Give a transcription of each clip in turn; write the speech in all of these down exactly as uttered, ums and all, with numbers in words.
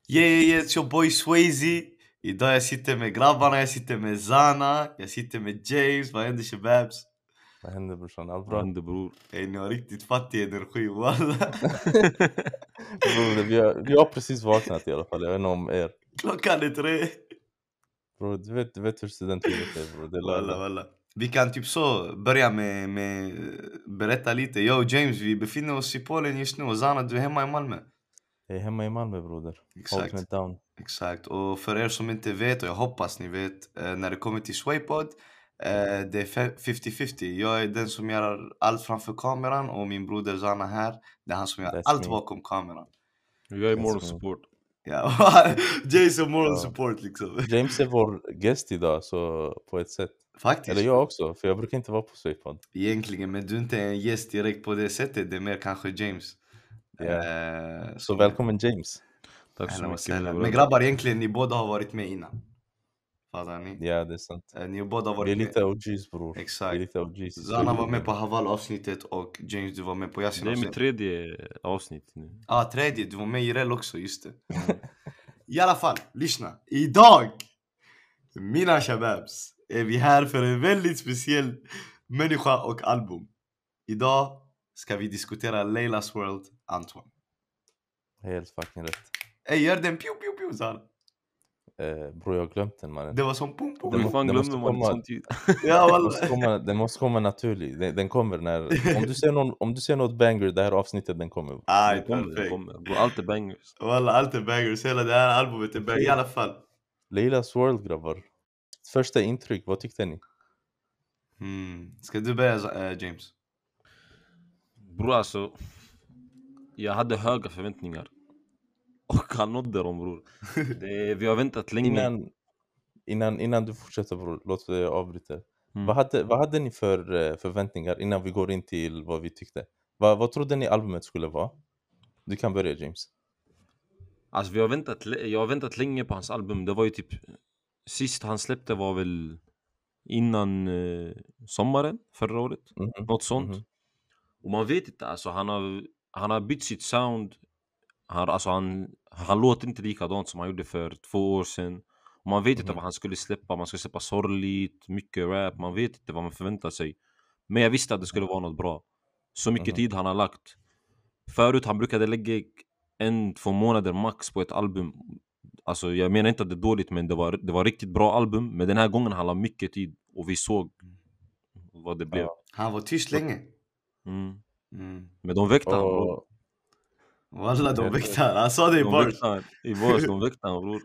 Yeah, yeah, yeah, it's your boy Swayze. Idag jag sitter med grabbarna, jag sitter med Zana, jag sitter med James. Vad händer shababs? Vad händer brorsan? Allt Vad bra? händer bror? Ey, ni har riktigt fattig energi, walla. Bror, vi har, vi har precis vaknat i alla fall. Jag vet inte om er. Klockan är tre. Bror, du vet, du vet hur studentlivet är bror. Det är Walla, lördag. walla. Vi kan typ så börja med, med berätta lite. Yo James, vi befinner oss i Polen just nu och Zana, du är hemma i Malmö. Jag är hemma i Malmö broder. Exakt. Holding it down. Exakt, och för er som inte vet, och jag hoppas ni vet, eh, när det kommer till Swaypod, eh, det är femtio femtio. Jag är den som gör allt framför kameran och min broder Zana här, det är han som gör That's allt me. bakom kameran. Jag är That's moral me. support. Ja, Jason moral Ja. support liksom. James är vår gäst idag så på ett sätt. Faktiskt. Eller jag också, för jag brukar inte vara på Swaypod. Egentligen, men du är inte en gäst direkt på det sättet, det är mer kanske James. Ja. Eh, Så som- välkommen James. Tack så Ahlan wa mycket. sahlan. mina Men bröder. grabbar, egentligen, ni båda har varit med innan. Fattar ni? Ja, det är sant. Eh, Ni båda har Vi är varit med. lite O Gs bror. Exakt. Vi är lite O Gs. Zana var med på Haval avsnittet och James, du var med på Yasin Det är mitt avsnittet. tredje avsnitt nu. Ja, ah, tredje, du var med i Rell också, just det. I alla fall, lyssna. Idag, mina shababs, är vi här för en väldigt speciell människa och album. Idag ska vi diskutera Laylas World, Antoine. Helt fucking rätt. Ey, gör den piu piu piu, Zana. Eh, bror, jag har glömt den mannen. Det var som pum pum. Det Hur må- fan det måste glömmer man komma- ett sånt ljud? Ja, Den walla. måste komma, den måste komma naturligt. Den, den kommer när... Om du ser någon, om du ser något banger det här avsnittet, den kommer. Aj, Det kommer, det perfekt. kommer. Bror, allt är bangers. Walla, allt är bangers. Hela det här albumet är bangers. I alla fall. Laylas World grabbar. Första intryck, vad tyckte ni? Hmm. Ska du börja, äh, James? Bror alltså, jag hade höga förväntningar. Och han nådde dem bror. Det, vi har väntat länge. Innan, innan, innan du fortsätter bror, låt mig avbryta. Mm. Vad, hade, vad hade ni för eh, förväntningar innan vi går in till vad vi tyckte? Vad, vad trodde ni albumet skulle vara? Du kan börja James. Alltså vi har väntat, lä- jag har väntat länge på hans album. Det var ju typ, sist han släppte var väl innan eh, sommaren förra året. Mhm, Något sånt. mhm. Och man vet inte, alltså han har, han har bytt sitt sound. Han, alltså han, han låter inte likadant som han gjorde för två år sedan. Och man vet inte Mhm. vad han skulle släppa. Man skulle släppa sorgligt, mycket rap. Man vet inte vad man förväntar sig. Men jag visste att det skulle vara något bra. Så mycket Mhm. tid han har lagt. Förut han brukade lägga en, två månader max på ett album. Alltså jag menar inte att det är dåligt, men det var, det var riktigt bra album. Men den här gången han la mycket tid. Och vi såg vad det blev. Ja. Han var tyst länge. Mm. Mm. Men de väckte han bror. Och, Walla, de Jag väckte han. Han sa det i De bars. väckte han. I bars, de väckte han bror.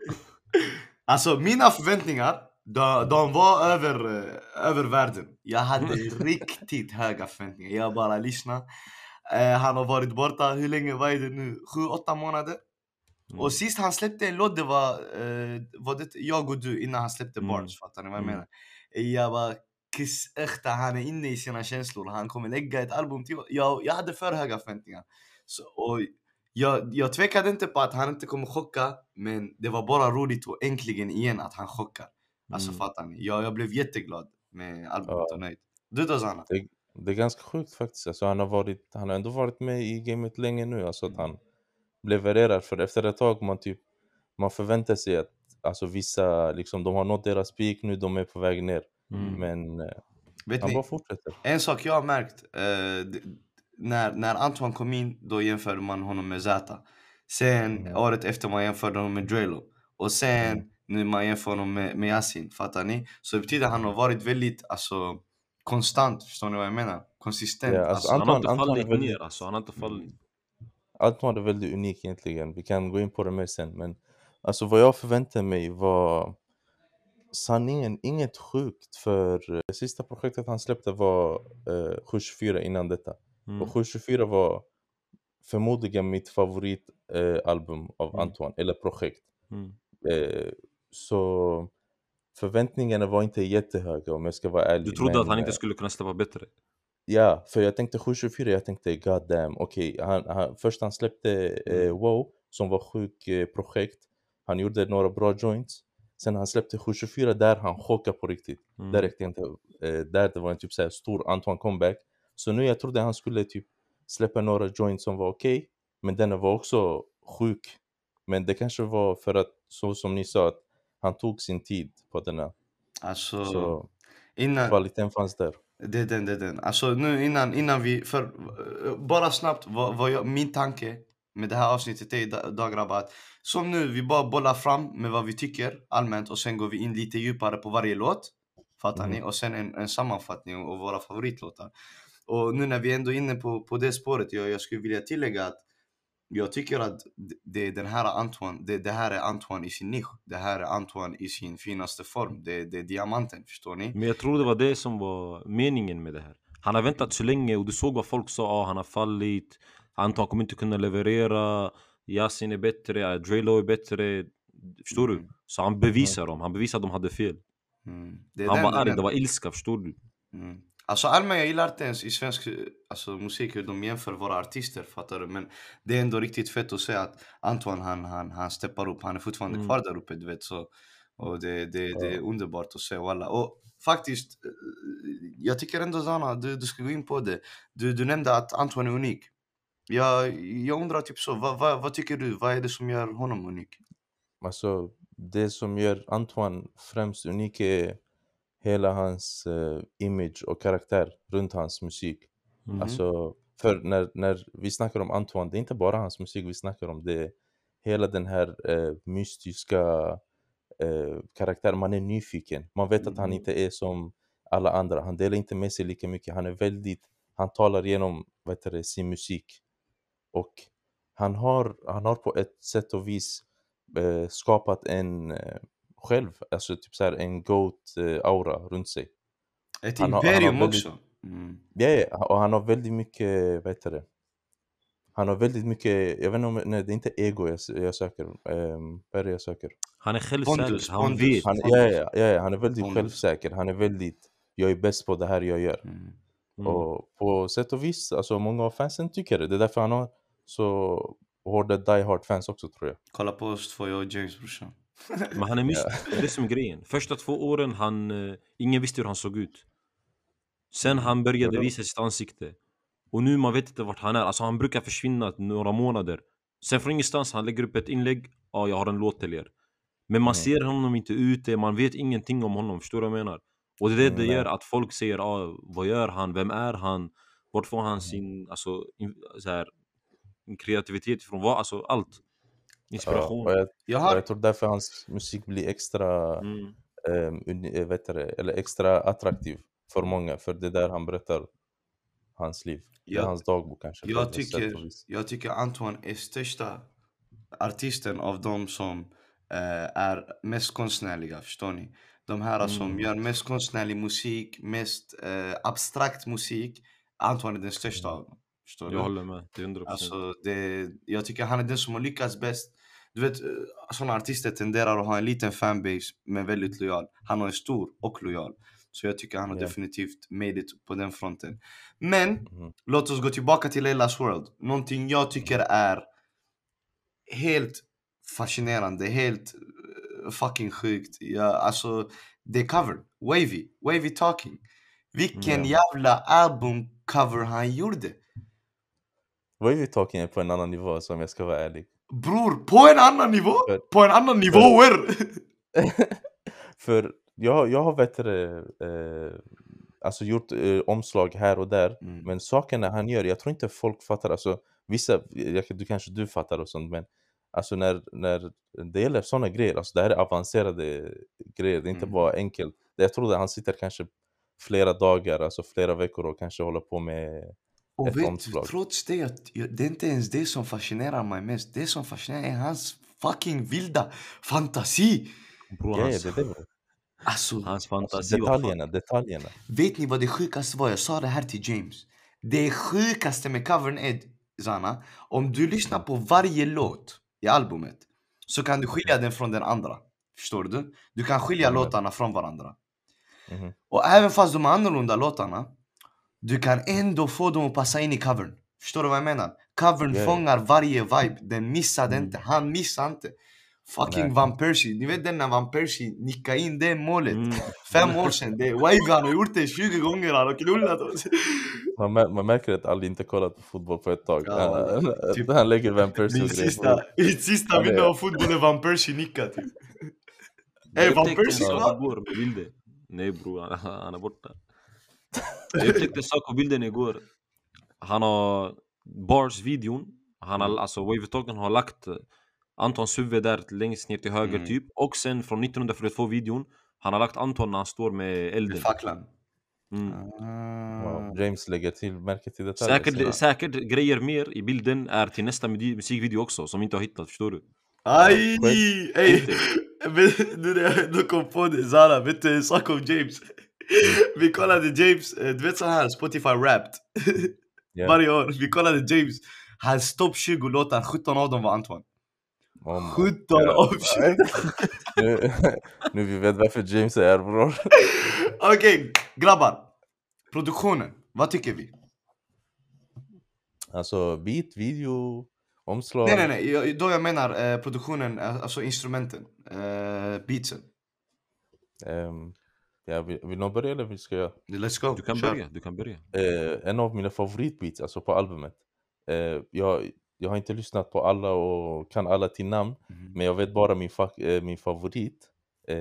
Alltså, mina förväntningar, de, de var över, eh, över världen. Jag hade riktigt höga förväntningar. Jag bara lyssnade. Eh, han har varit borta, hur länge, vad är det nu? Sju, åtta månader. Mm. Och sist han släppte en låt, det var, eh, var det jag och du innan han släppte Mm. Bars. Fattar ni vad jag Mm. menar? Jag bara, kiss äkta, han är inne i sina känslor. Han kommer lägga ett album till. Jag, jag hade för höga förväntningar. Så, och jag, jag tvekade inte på att han inte kommer chocka. Men det var bara roligt och äntligen igen att han chockar. Alltså Mm. fattar ni? Jag, jag blev jätteglad med albumet Ja. och nöjd. Du då Zana? det, det är ganska sjukt faktiskt. Alltså, han, har varit, han har ändå varit med i gamet länge nu. Alltså att han levererar. För efter ett tag man typ man förväntar sig att alltså, vissa liksom, de har nått deras peak nu, de är på väg ner. Mm. Men eh, Vet han ni? bara fortsätter. En sak jag har märkt, eh, d- när, när Antoine kom in, då jämförde man honom med Zata. Sen Mm. året efter man jämförde honom med Drelo. Och sen Mm. nu man jämför honom med, med Yasin, fattar ni? Så det betyder att han har varit väldigt alltså, konstant, förstår ni vad jag menar? Konsistent. Ja, alltså, alltså, Han har inte Antoine- Antoine är fallit väldigt- ner alltså, han har inte fallit. Antoine är väldigt unik egentligen. Vi kan gå in på det mer sen. Men alltså vad jag förväntade mig var sanningen inget sjukt. För eh, det sista projektet han släppte var eh, sju tjugofyra innan detta. Mm. Och sju tjugofyra var förmodligen mitt favoritalbum eh, album av Mm. Antoine. Eller projekt. Mm. Eh, så förväntningarna var inte jättehöga om jag ska vara ärlig. Du trodde men, att han inte eh, skulle kunna släppa bättre? Ja, för jag tänkte sju tjugofyra, jag tänkte god damn, okej, han, han, först han släppte eh, Wow, som var sjuk eh, projekt, han gjorde några bra joints, sen han släppte sju tjugofyra där han chockade på riktigt, Mm. där räckte inte, eh, där det var en typ så här stor Antoine comeback, så nu jag trodde han skulle typ släppa några joints som var okej, men den var också sjuk, Men det kanske var för att, så som ni sa, att han tog sin tid på den här. Alltså, Så innan, kvaliteten fanns där. det är den, det är den. Alltså nu innan, innan vi, för eh, bara snabbt, vad, vad jag, min tanke med det här avsnittet är idag, idag grabbar, att som nu, vi bara bollar fram med vad vi tycker allmänt och sen går vi in lite djupare på varje låt, fattar Mhm. ni? Och sen en, en sammanfattning av våra favoritlåtar. Och nu när vi ändå är inne på, på det spåret, jag, jag skulle vilja tillägga att jag tycker att det- det är den här Antoine, det, det här är Antoine i sin nisch. Det här är Antoine i sin finaste form. Det, det är diamanten, förstår ni? Men jag tror det var det som var meningen med det här. Han har väntat så länge och du såg vad folk sa, ah, han har fallit, Anton kommer inte kunna leverera, Yasin är bättre, Drelo är bättre. Förstår Mm. du? Så han bevisar dem, han bevisar att de hade fel. Mm. Det är Han den, var det är arg, den. det var ilska, förstår du? Mm. Alltså allmänt, jag gillar inte ens i svensk alltså, musik hur de jämför våra artister, fattar du? Men det är ändå riktigt fett att säga att Antoine han, han, han steppar upp, han är fortfarande Mm. kvar där uppe, du vet så. Och det, det, det är Ja. underbart att se alla. Och faktiskt, eh, jag tycker ändå Zana, du, du ska gå in på det. Du, du nämnde att Antoine är unik. Jag, jag undrar typ så, vad, vad, vad tycker du? Vad är det som gör honom unik? Alltså, det som gör Antoine främst unik är hela hans eh, image och karaktär runt hans musik. Mhm. Alltså, för när, när vi snackar om Antoine, det är inte bara hans musik vi snackar om, det är hela den här eh, mystiska eh, karaktären. Man är nyfiken, man vet att han Mhm. inte är som alla andra, han delar inte med sig lika mycket, han är väldigt, han talar genom, vad heter det, sin musik. Och han har, han har på ett sätt och vis eh, skapat en eh, själv, alltså typ så här en goat eh, aura runt sig. Ett Han har- han har imperium väldigt- också. Mm. Ja, ja, och han har väldigt mycket, vad heter det? Han har väldigt mycket, jag vet inte om, nej det är inte ego jag, jag söker, um, vad är det jag söker? Han är självsäker, Pondus, han pondus. vet. Han, Pondus. ja, ja, ja, ja, han är väldigt Pondus. självsäker, han är väldigt, jag är bäst på det här jag gör. Mm. Mm. Och på sätt och vis, alltså många av fansen tycker det, det är därför han har så hårda die hard fans också tror jag. Kolla på oss två, jag och James brorsan. Men han är mystisk, det är det som är grejen. Första två åren, han, eh, ingen visste hur han såg ut. Sen han började visa sitt ansikte. Och nu man vet inte vart han är. Alltså han brukar försvinna några månader. Sen från ingenstans, han lägger upp ett inlägg. Ja, ah, jag har en låt till er. Men man Mm. ser honom inte ute, man vet ingenting om honom. Förstår du vad jag menar? Och det är det Mm, det nej. gör att folk säger, ah, vad gör han? Vem är han? Vart får han sin, alltså, in, så här, kreativitet ifrån? Vad, alltså allt. Ja, Inspiration. och jag, Jag och har... jag tror därför hans musik blir extra, Mm. um, uni, eh, vet du det, eller extra attraktiv för många, för det är där han berättar hans liv. Det är Jag- hans dagbok kanske. på Jag ett sätt tycker, och vis. jag tycker Antoine är största artisten av de som eh, är mest konstnärliga, förstår ni? De här som Mm. gör mest konstnärlig musik, mest eh, abstrakt musik. Antoine är den största av dem, förstår du? Jag håller med, det är hundra procent. Alltså, det, jag tycker han är den som har lyckats bäst. Du vet, eh, sådana artister tenderar att ha en liten fanbase men väldigt lojal. Han har en stor och lojal. Så jag tycker han har Ja. definitivt made it på den fronten. Men Mhm. låt oss gå tillbaka till Lailas World. Någonting jag tycker är helt fascinerande, helt eh, fucking sjukt. Ja, alltså, det är cover. Wavy. Wavy Talking. Vilken Ja. jävla albumcover han gjorde. Vad är vi talking på en annan nivå som jag ska vara ärlig? Bror, på en annan nivå? För- På en annan nivåer! För jag, jag har vet det, eh, alltså gjort eh, omslag här och där. Mm. Men sakerna han gör, jag tror inte folk fattar. Alltså, vissa, jag, du kanske du fattar och sånt, men alltså när, när det gäller såna grejer, alltså det här är avancerade grejer, det är inte Mm. bara enkelt. Jag tror att han sitter kanske flera dagar, alltså flera veckor och kanske håller på med Och ett vet du, omslag. trots det, att jag- det är inte ens det som fascinerar mig mest. Det som fascinerar är hans fucking vilda fantasi. Bro, Ja, ja, hans, det är det. bro. Alltså, hans Alltså, fantasi var fan. detaljerna, detaljerna. vet ni vad det sjukaste var? Jag sa det här till James. Det sjukaste med covern är, Zana, om du lyssnar på varje låt i albumet så kan du skilja den från den andra. Förstår du? Du kan skilja Mm. låtarna från varandra. Mhm. Och även fast de är annorlunda låtarna, du kan ändå få dem att passa in i covern. Förstår du vad jag menar? Covern Ja, ja. fångar varje vibe, den missade Mm. inte, han missade inte. Fucking Nej. Van Persie. Ni vet den när Van Persie nickade in det målet. Mm. Fem år sedan. Det Wavy han har gjort det tjugo gånger. Han har knullat oss. Man, mär, man märker att Ali inte kollat på fotboll på ett tag. Ja, uh, typ, han lägger Van Persie Min och grejer. sista, mitt sista minne av fotboll är Van Persie nicka typ. Ey Van Persie jag va? igår med bilden. Nej bror, han, han är borta. Jag upptäckte en sak på bilden igår. Han har Bars-videon. Han har, alltså Wavy Talken har lagt Antons huvud där längst ner till höger Mm. typ. Och sen från nittonhundrafyrtiotvå-videon han har lagt Anton när han står med elden. Med facklan. Mm. Wow. James lägger till märke till detaljer. Säkert, säkert grejer mer i bilden är till nästa musikvideo också som vi inte har hittat, förstår du? Aj! Ja, Ey! Nu när jag ändå kom på det, Zara, vet du en sak om James? Vi kollade James, du vet så här, Spotify Wrapped. Yeah. Varje år, vi kollade James. Hans topp tjugo låtar, sjutton av dem var Antoine. Oh my sjutton av tjugo. nu, nu vi vet varför James är här, bror. Okej, okay, grabbar. Produktionen, vad tycker vi? Alltså beat, video, omslag. Nej, nej, nej. Jag, då jag menar eh, produktionen, alltså instrumenten. Eh, beatsen. Um, ja, vill, vill någon börja eller vi ska göra? Let's go. Du kan Kör. börja, du kan börja. Eh, en av mina favoritbeats, alltså på albumet. Eh, jag, jag har inte lyssnat på alla och kan alla till namn. Mm. Men jag vet bara min, fa- eh, min favorit. Eh,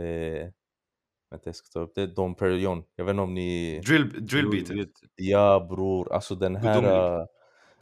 vänta, jag ska ta upp det. Dom Perignon. Jag vet inte om ni... Drill, drill beaten. Vet- Ja, bror. Alltså den här... Gudomlig. äh,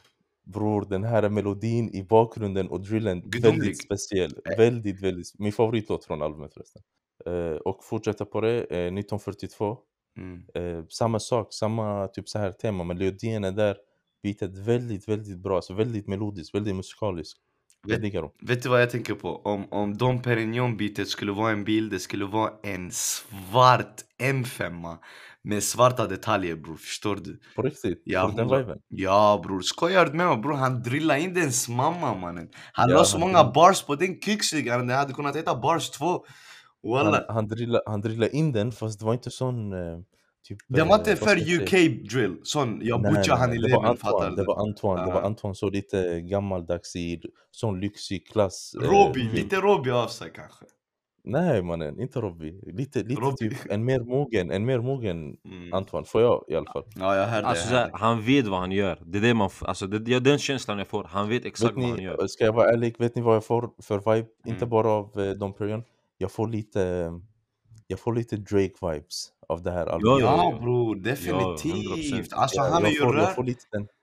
Bror, den här melodin i bakgrunden och drillen. Gudomlig. Väldigt speciell. Eh. Väldigt, väldigt... Min favoritlåt från albumet förresten. Eh, och fortsätta på det. Eh, nittonhundrafyrtiotvå. Mm. Eh, samma sak, samma typ så här tema. Melodin är där. Beatet väldigt, väldigt bra. Alltså väldigt melodisk, väldigt musikalisk. Jag Vet- diggar dem. Vet du vad jag tänker på? Om, om Dom Perignon beatet skulle vara en bild, det skulle vara en svart M fem med svarta detaljer bror, förstår du? På riktigt. Ja, Får du den hundra- viben? Ja bror, skojar du med mig bror? Han drillade in dens mamma mannen. Han Ja, la så han många drill- bars på den kicksigaren, det hade kunnat heta bars två. Walla. Han, han, drillade, han drillade in den fast det var inte sån... Eh, typ, Den var eh, inte vad för ska jag U K säga? drill, sån jag Nej, butchar nej, han nej. i Det var leden, Antoine, fattar det du? var Antoine, det Ja. var Antoine så lite gammaldags i sån lyxig klass. eh, Robbie, film. lite Robbie av sig kanske. Nej mannen, inte Robbie. Lite, lite Robbie. typ en mer mogen, en mer mogen Mm. Antoine, får jag i alla fall. Ja, jag hörde Alltså jag så här, hörde. han vet vad han gör. Det är det man f- alltså det, ja, den känslan jag får. Han vet exakt Vet vad han ni, gör. ska jag vara ärlig, vet ni vad jag får för vibe? Inte Mm. bara av eh, Dom Perignon. Jag får lite, jag får lite Drake-vibes av det här albumet. Ja, Ja ja. bror, hundra definitivt. procent. Alltså Jag, han har jag, ju får, jag rört får lite den.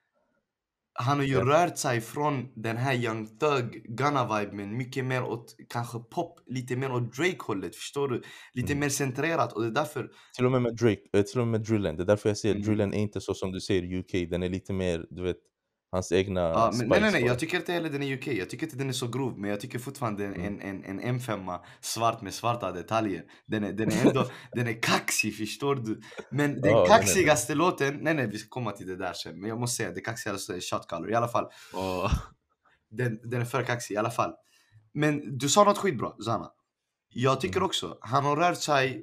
Han har ju Ja. rört sig från den här Young Thug Gunna-viben mycket mer åt kanske pop, lite mer åt Drake-hållet, förstår du? Lite Mm. mer centrerat och det är därför... Till och med med Drake, eh, till och med med drillen. Det är därför jag säger Mm. drillen är inte så som du säger U K. Den är lite mer, du vet, hans egna Ja, men spice nej nej nej, på jag det. tycker inte heller den är U K, jag tycker inte den är så grov, men jag tycker fortfarande en, Mm. en, en, en M fem svart med svarta detaljer. Den är, den är ändå, den är kaxig, förstår du? Men den Ja, den är kaxigaste låten, nej nej vi ska komma till det där sen, men jag måste säga det kaxigaste är Shot Caller, i alla fall. Och, Den, den är för kaxig i alla fall. Men du sa något skitbra, Zana. Jag tycker Mm. också, han har rört sig...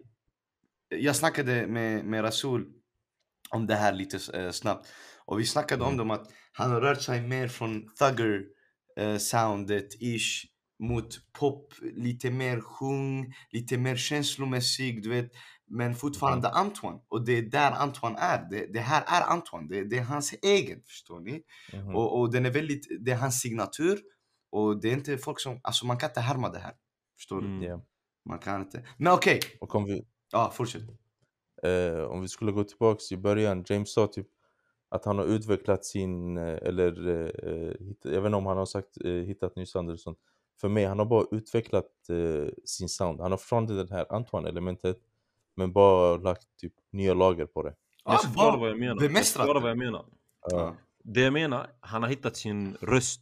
Jag snackade med, med Rasul om det här lite eh, snabbt. Och vi snackade Mm. om dem att han har rört sig mer från thugger eh, soundet ish mot pop, lite mer sjung, lite mer känslomässig, du vet. Men fortfarande Antoine. Och det är där Antoine är. Det, det här är Antoine. Det, det är hans egen, förstår ni? Mhm. Och, och den är väldigt, det är hans signatur. Och det är inte folk som, alltså man kan inte härma det här. Förstår du? mm. Ja. Man kan inte. Men okej, Och om vi, ja fortsätt. eh, om vi skulle gå tillbaks i början, James sa typ att han har utvecklat sin, eh, eller eh, hitta, jag vet inte om han har sagt eh, hittat ny sound eller sånt. För mig, han har bara utvecklat eh, sin sound. Han har från det här Antoine-elementet, men bara lagt typ nya lager på det. Jag ska förklara bara vad jag menar. Jag ska bemästrat förklara det. vad jag menar. Ja. Det jag menar, han har hittat sin röst.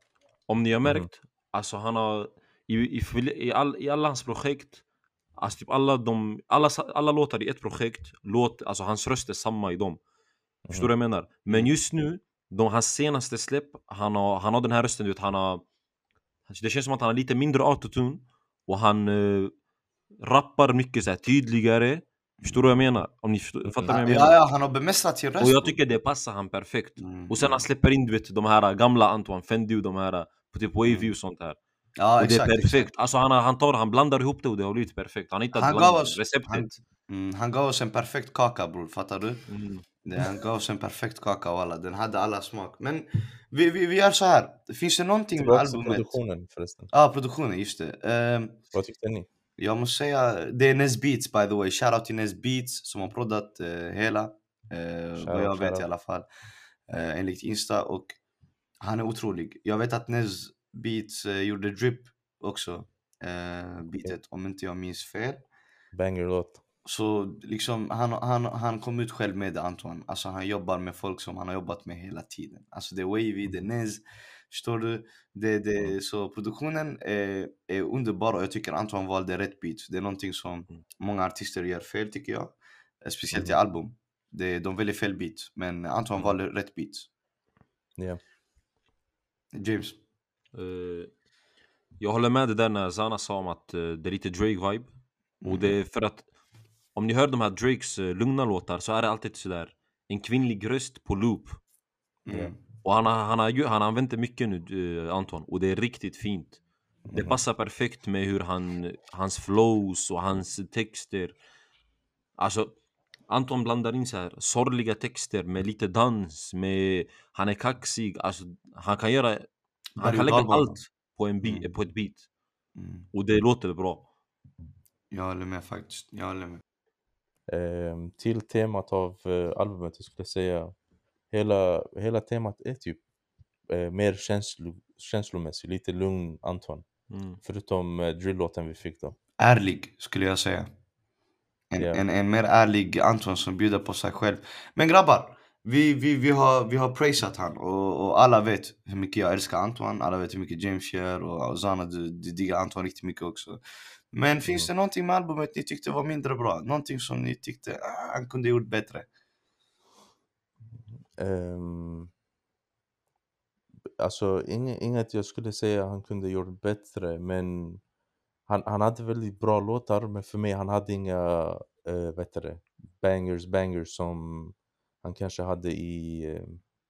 Om ni har märkt, Mhm. alltså han har i, i, i, all, i alla hans projekt, alltså typ alla, de, alla, alla låtar i ett projekt, låt, alltså hans röst är samma i dem. Förstår du vad jag menar? Men just nu, de, hans senaste släpp, han har, han har den här rösten, du vet, han har, det känns som att han har lite mindre autotune och han eh, rappar mycket så här tydligare. Förstår du vad jag menar? Om ni förstår, fattar vad jag menar? Ja, ja, han har bemästrat sin röst. Och jag tycker det passar han perfekt. Mm. Och sen han släpper in, du vet, de här gamla Antoine Fendi och de här på typ Wavy och sånt här. Ja, och det är exakt, perfekt. exakt. Alltså han, har- han tar han blandar ihop det och det har blivit perfekt. Han hittar Han gav bland oss receptet. han, mm, han gav oss en perfekt kaka, bror, fattar du? Mm. Det, han gav oss en perfekt kaka och alla, den hade alla smak. Men vi, vi, vi gör så här. Finns det någonting med Tillbaka till albumet? produktionen förresten. Ja, ah, produktionen, just det. Ehm, Vad tyckte ni? jag måste säga, det är Nez Beats by the way. Shoutout till Nez Beats som har proddat eh, hela. Eh, Shoutout, vad jag vet shoutout. i alla fall. Eh, enligt Insta. Och han är otrolig. Jag vet att Nez Beats eh, gjorde Drip också. Eh, beatet, om inte jag minns fel. Banger-låt. Så liksom, han, han, han kom ut själv med det, Antoine. Alltså han jobbar med folk som han har jobbat med hela tiden. Alltså det är Wavy, det är Nez. Förstår du? Det, det, Mm. Så produktionen är, är underbar och jag tycker Antoine valde rätt beat. Det är någonting som Mm. många artister gör fel, tycker jag. Eh, Speciellt i Mhm. album. Det, de väljer fel beat. Men Antoine Mm. valde rätt beat. Ja. James. Eh, jag håller med det där när Zana sa om att eh, det är lite Drake-vibe. Och Mm. det är för att om ni hör de här Drakes eh, lugna låtar så är det alltid sådär en kvinnlig röst på loop. Mm. Och han har, han har, ju- han har använt det mycket nu, eh, Anton. Och det är riktigt fint. Det Mhm. passar perfekt med hur han, hans flows och hans texter. Alltså, Anton blandar in så här sorgliga texter med lite dans, med han är kaxig. Alltså, han kan göra, han kan lägga Berg- och dalbana. allt på en beat, Mm. på ett beat. Mm. Och det låter bra. Jag håller med faktiskt. Jag håller med. Ehm, till temat av eh, albumet, jag skulle säga hela, hela temat är typ eh, mer känslo, känslomässigt, lite lugn Anton. Mm. Förutom eh, drill-låten vi fick då. Ärlig skulle jag säga. En, Ja. en, en mer ärlig Anton som bjuder på sig själv. Men grabbar, vi, vi, vi har, vi har praisat han och, och alla vet hur mycket jag älskar Anton. Alla vet hur mycket James gör och, och Zana, du, du diggar Anton riktigt mycket också. Men finns det någonting med albumet ni tyckte var mindre bra? Någonting som ni tyckte ah, han kunde gjort bättre? Ehm, alltså inget, inget jag skulle säga han kunde gjort bättre, men han, han hade väldigt bra låtar, men för mig han hade inga uh, vet du det, bangers bangers som han kanske hade i uh,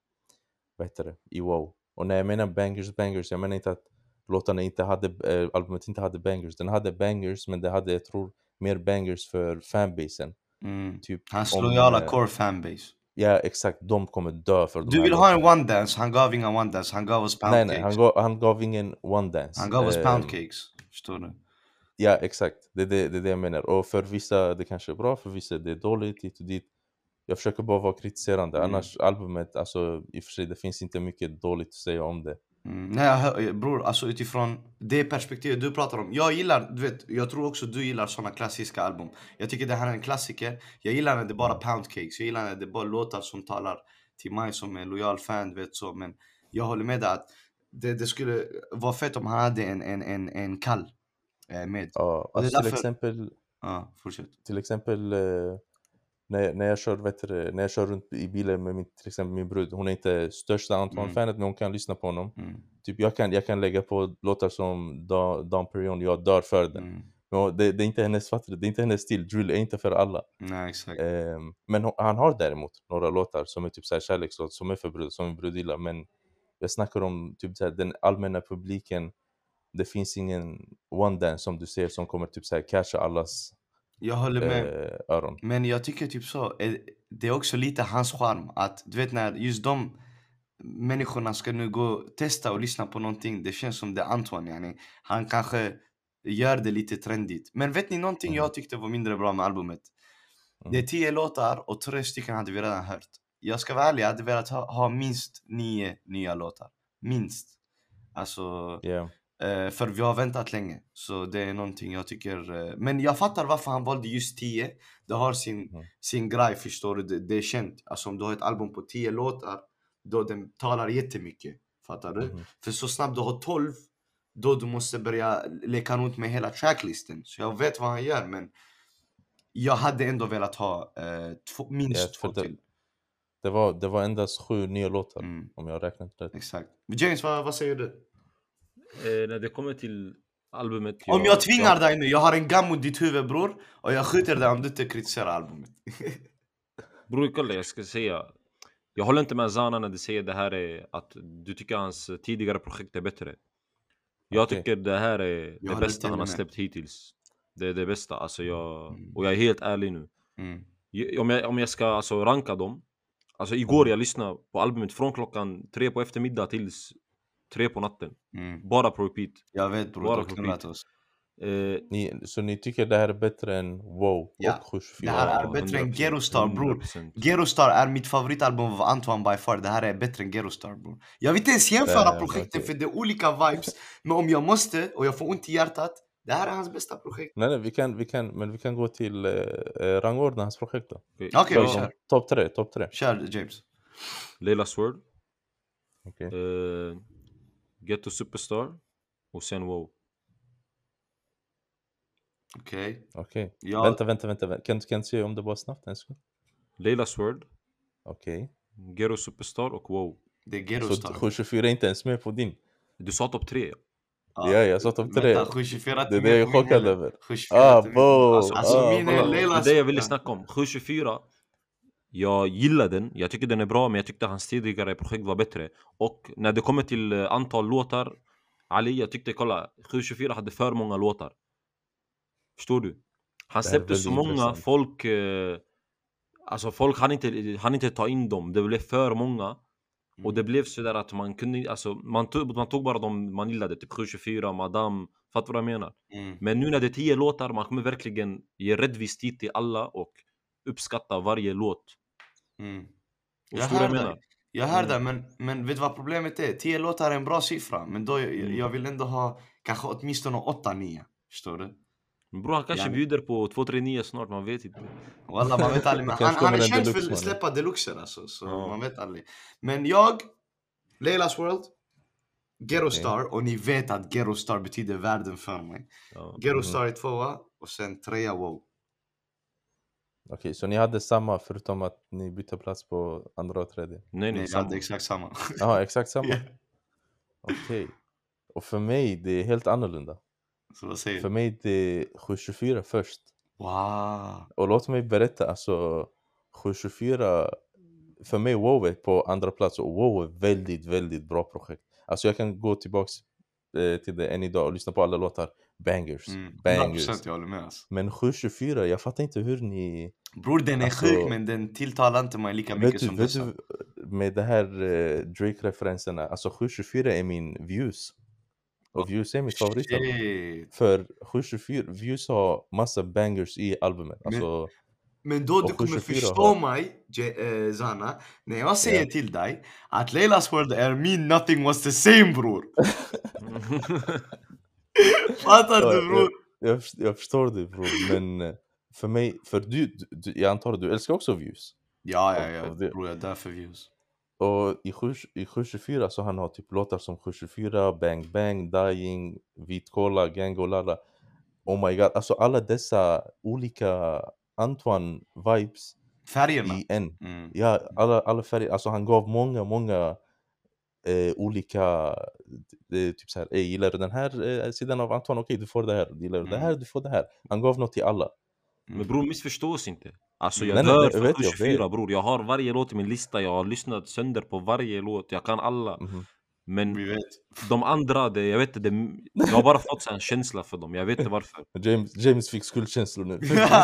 vet du det, i Wow. Och när jag menar bangers bangers, jag menar inte att låtarna inte hade, uh, albumet inte hade bangers. Den hade bangers, men det hade, jag tror, mer bangers för fanbasen. Mm. Typ Hans om, lojala eh, core fanbase. Ja, exakt. De kommer dö för de Du här vill ha en låtarna. one dance, han gav inga one dance, han gav oss pound Nej, nej, cakes. han gav, han gav ingen one dance. Han gav oss Ehm, pound cakes, förstår du? Ja, exakt. Det är det, det är det jag menar. Och för vissa det kanske är bra, för vissa det är dåligt, hit och dit. Jag försöker bara vara kritiserande. Mm. Annars, albumet, alltså i och för sig, det finns inte mycket dåligt att säga om det. Mm. Nej, jag hör, bror, alltså utifrån det perspektivet du pratar om. Jag gillar, du vet, jag tror också du gillar såna klassiska album. Jag tycker det här är en klassiker. Jag gillar när det är bara pound cakes. Jag gillar när det är bara låtar som talar till mig som är lojal fan, vet så. Men jag håller med dig att det, det skulle vara fett om han hade en, en, en, en kall eh, med. Ja, Och det är alltså till därför- exempel, Ja, fortsätt. till exempel eh, när, när, jag kör, vet du, det, när jag kör runt i bilen med min, till exempel min brud. Hon är inte största Antoine-fanet, men hon kan lyssna på honom. Mm. Typ jag kan, jag kan lägga på låtar som Dom, Dom Perignon, jag dör för den. Mm. Men det, det är inte hennes, fattar du? Det är inte hennes stil. Drill är inte för alla. Nej, exakt. Ehm, men hon- han har däremot några låtar som är typ så här kärlekslåt, som är för brud, som är brud gillar. Men jag snackar om typ så här, den allmänna publiken. Det finns ingen one dance som du ser som kommer typ så här casha allas Jag håller med. eh, öron. Men jag tycker typ så, eh, det är också lite hans charm att du vet när just de människorna ska nu gå och testa och lyssna på någonting, det känns som det är Antoine, yani. Han kanske gör det lite trendigt. Men vet ni någonting Mm. jag tyckte var mindre bra med albumet? Mm. Det är tio låtar och tre stycken hade vi redan hört. Jag ska vara ärlig, jag hade velat ha, ha minst nio nya låtar. Minst. Alltså, Yeah. Eh, för vi har väntat länge. Så det är någonting jag tycker eh, men jag fattar varför han valde just tio. Det har sin, Mm. sin grej, förstår du, det, det är känt. Alltså om du har ett album på tio låtar, då den talar jättemycket. Fattar du? Mhm. För så snabbt du har tolv, då du måste börja leka runt med hela tracklisten. Så jag vet vad han gör, men jag hade ändå velat ha eh, två, minst Ja, för två det- till. Det var, det var endast sju nya låtar, Mm, om jag har räknat rätt. exakt. James, vad, vad säger du? Eh, när det kommer till albumet... Om jag tvingar dig nu, jag har en gam mot ditt huvud, bror. Och jag skjuter dig om du inte kritiserar albumet. Bror, kolla, jag ska säga... Jag håller inte med Zana när du säger det här är att du tycker hans tidigare projekt är bättre. Jag Okej. tycker det här är Jag det håller bästa till han har med. släppt hittills. Det är det bästa, alltså jag... Mm. Och jag är helt ärlig nu. Mm. Jag- Om jag, om jag ska alltså ranka dem. Alltså igår jag lyssnade på albumet från klockan tre på eftermiddag tills tre på natten. Mm. Bara på repeat. Jag vet bror, Bara du har på knullat beat. oss. Eh, Ni, så ni tycker det här är bättre än WoW Ja, och sju Det här tjugofyra? är bättre än hundra procent, Gerostar bror. hundra procent. Gerostar är mitt favoritalbum av Antoine by far. Det här är bättre än Gerostar bror. Jag vill inte ens jämföra Damn, projekten okej. för det är olika vibes. Men om jag måste och jag får ont i hjärtat, det här är hans bästa projekt. Nej, nej, vi kan, vi kan, men vi kan gå till eh, eh, rangordna hans projekt då. Okej, Okej, jag- vi kör. Topp tre, topp tre. Kör James. Layla's Word, Okej. eh, Ghetto Superstar och sen WoW. Okej. Okej. Jag... Vänta, vänta, vänta. vänta. Kan, kan du se om det bara snabbt en sekund? Layla's Word, Okej. Ghetto Superstar och WoW. Det är Så Gerostar. sju tjugofyra är inte ens med på din? Du sa topp tre. Ja, jag sa topp tre. Vänta, sju tjugofyra Det är det jag är chockad över. sju tjugofyra Ah, till min. bo! Alltså, Alltså, ah, min är kolla, Layla's- det är det jag ville snacka om. sju tjugofyra. Jag gillar den. Jag tycker den är bra, men jag tyckte hans tidigare projekt var bättre. Och när det kommer till eh, antal låtar, Ali, jag tyckte, kolla, sju tjugofyra hade för många låtar. Förstår du? Han Det här är släppte så väldigt många, intressant. folk... Eh, alltså folk hann inte, hann inte ta in dem. Det blev för många. Och det blev så där att man kunde, alltså man tog, man tog bara de man gillade, typ sju tjugofyra, Madame, fattar vad jag menar? Mm. Men nu när det är tio låtar, man kommer verkligen ge rättvis tid till alla och uppskatta varje låt. Mm. Och Jag förstår vad jag hör menar? dig. Jag hör Mm. det, men, men vet du vad problemet är? Tio låtar är en bra siffra, men då jag, Mm. jag vill ändå ha kanske åtminstone åtta, nio. Förstår du? Men bror, han kanske Yani. bjuder på två tre nio snart, man vet inte. Wallah, man vet aldrig. Men Kanske han, han är kommer en känd deluxe, för man. att släppa deluxer alltså, så Ja. man vet aldrig. Men jag, Layla's World, Gerostar, och ni vet att Gerostar betyder världen för mig. Ja. Gerostar är tvåa, och sen trea WoW. Okej, så ni hade samma förutom att ni bytte plats på andra och tredje? Nej, nej, Nej, jag samma. hade exakt samma. Ja, exakt samma? Yeah. Okej. Och för mig, det är helt annorlunda. Så vad säger För du? mig, det är sju tjugofyra först. Wow. Och låt mig berätta, alltså sju tjugofyra, för mig WoW är på andra plats, och WoW är väldigt, väldigt bra projekt. Alltså jag kan gå tillbaks eh, till det än idag och lyssna på alla låtar. Bangers, Mm. hundra bangers. procent jag håller med alltså. Men sju tjugofyra, jag fattar inte hur ni... Bror, den är Alltså- sjuk, men den tilltalar inte mig lika mycket Vet du, som vet dessa. du, med det här eh, Drake-referenserna, alltså sju tjugofyra är min views. Och views är mitt favoritalbum. Shit. För sju tjugofyra, views har massa bangers i albumet. Alltså, Men då Och du kommer sju tjugofyra förstå har- mig, J- eh, Zana, när jag säger Ja. till dig att Layla's World är min Nothing Was The Same bror. Fattar Ja, du bror? jag, först- jag förstår det bror, men eh, för mig, för du, du, du, jag antar att du älskar också views. Ja, ja, Av- ja. av det. Bror, jag dör för views. Och i sju i sju tjugofyra så han har typ låtar som sju tjugofyra, Bang Bang, Dying, Vit Cola, Gang och Lala. Oh my god, alltså alla dessa olika Antoine-vibes Färgerna. i en. Mm. Ja, alla, alla färger, alltså han gav många, många eh, olika, eh, typ såhär, ey, gillar du den här eh, sidan av Antoine? Okej, du får det här. Gillar du det här? Du får det här. Han gav något till alla. Men bror, missförstås inte. Alltså jag Nej, nej, dör det för vet sju jag, det- tjugofyra bror. Jag har varje låt i min lista. Jag har lyssnat sönder på varje låt. Jag kan alla. Mhm. Men Vi vet. de andra, det, jag vet inte, det, jag har bara fått en känsla för dem. Jag vet inte varför. James, James fick skuldkänslor nu.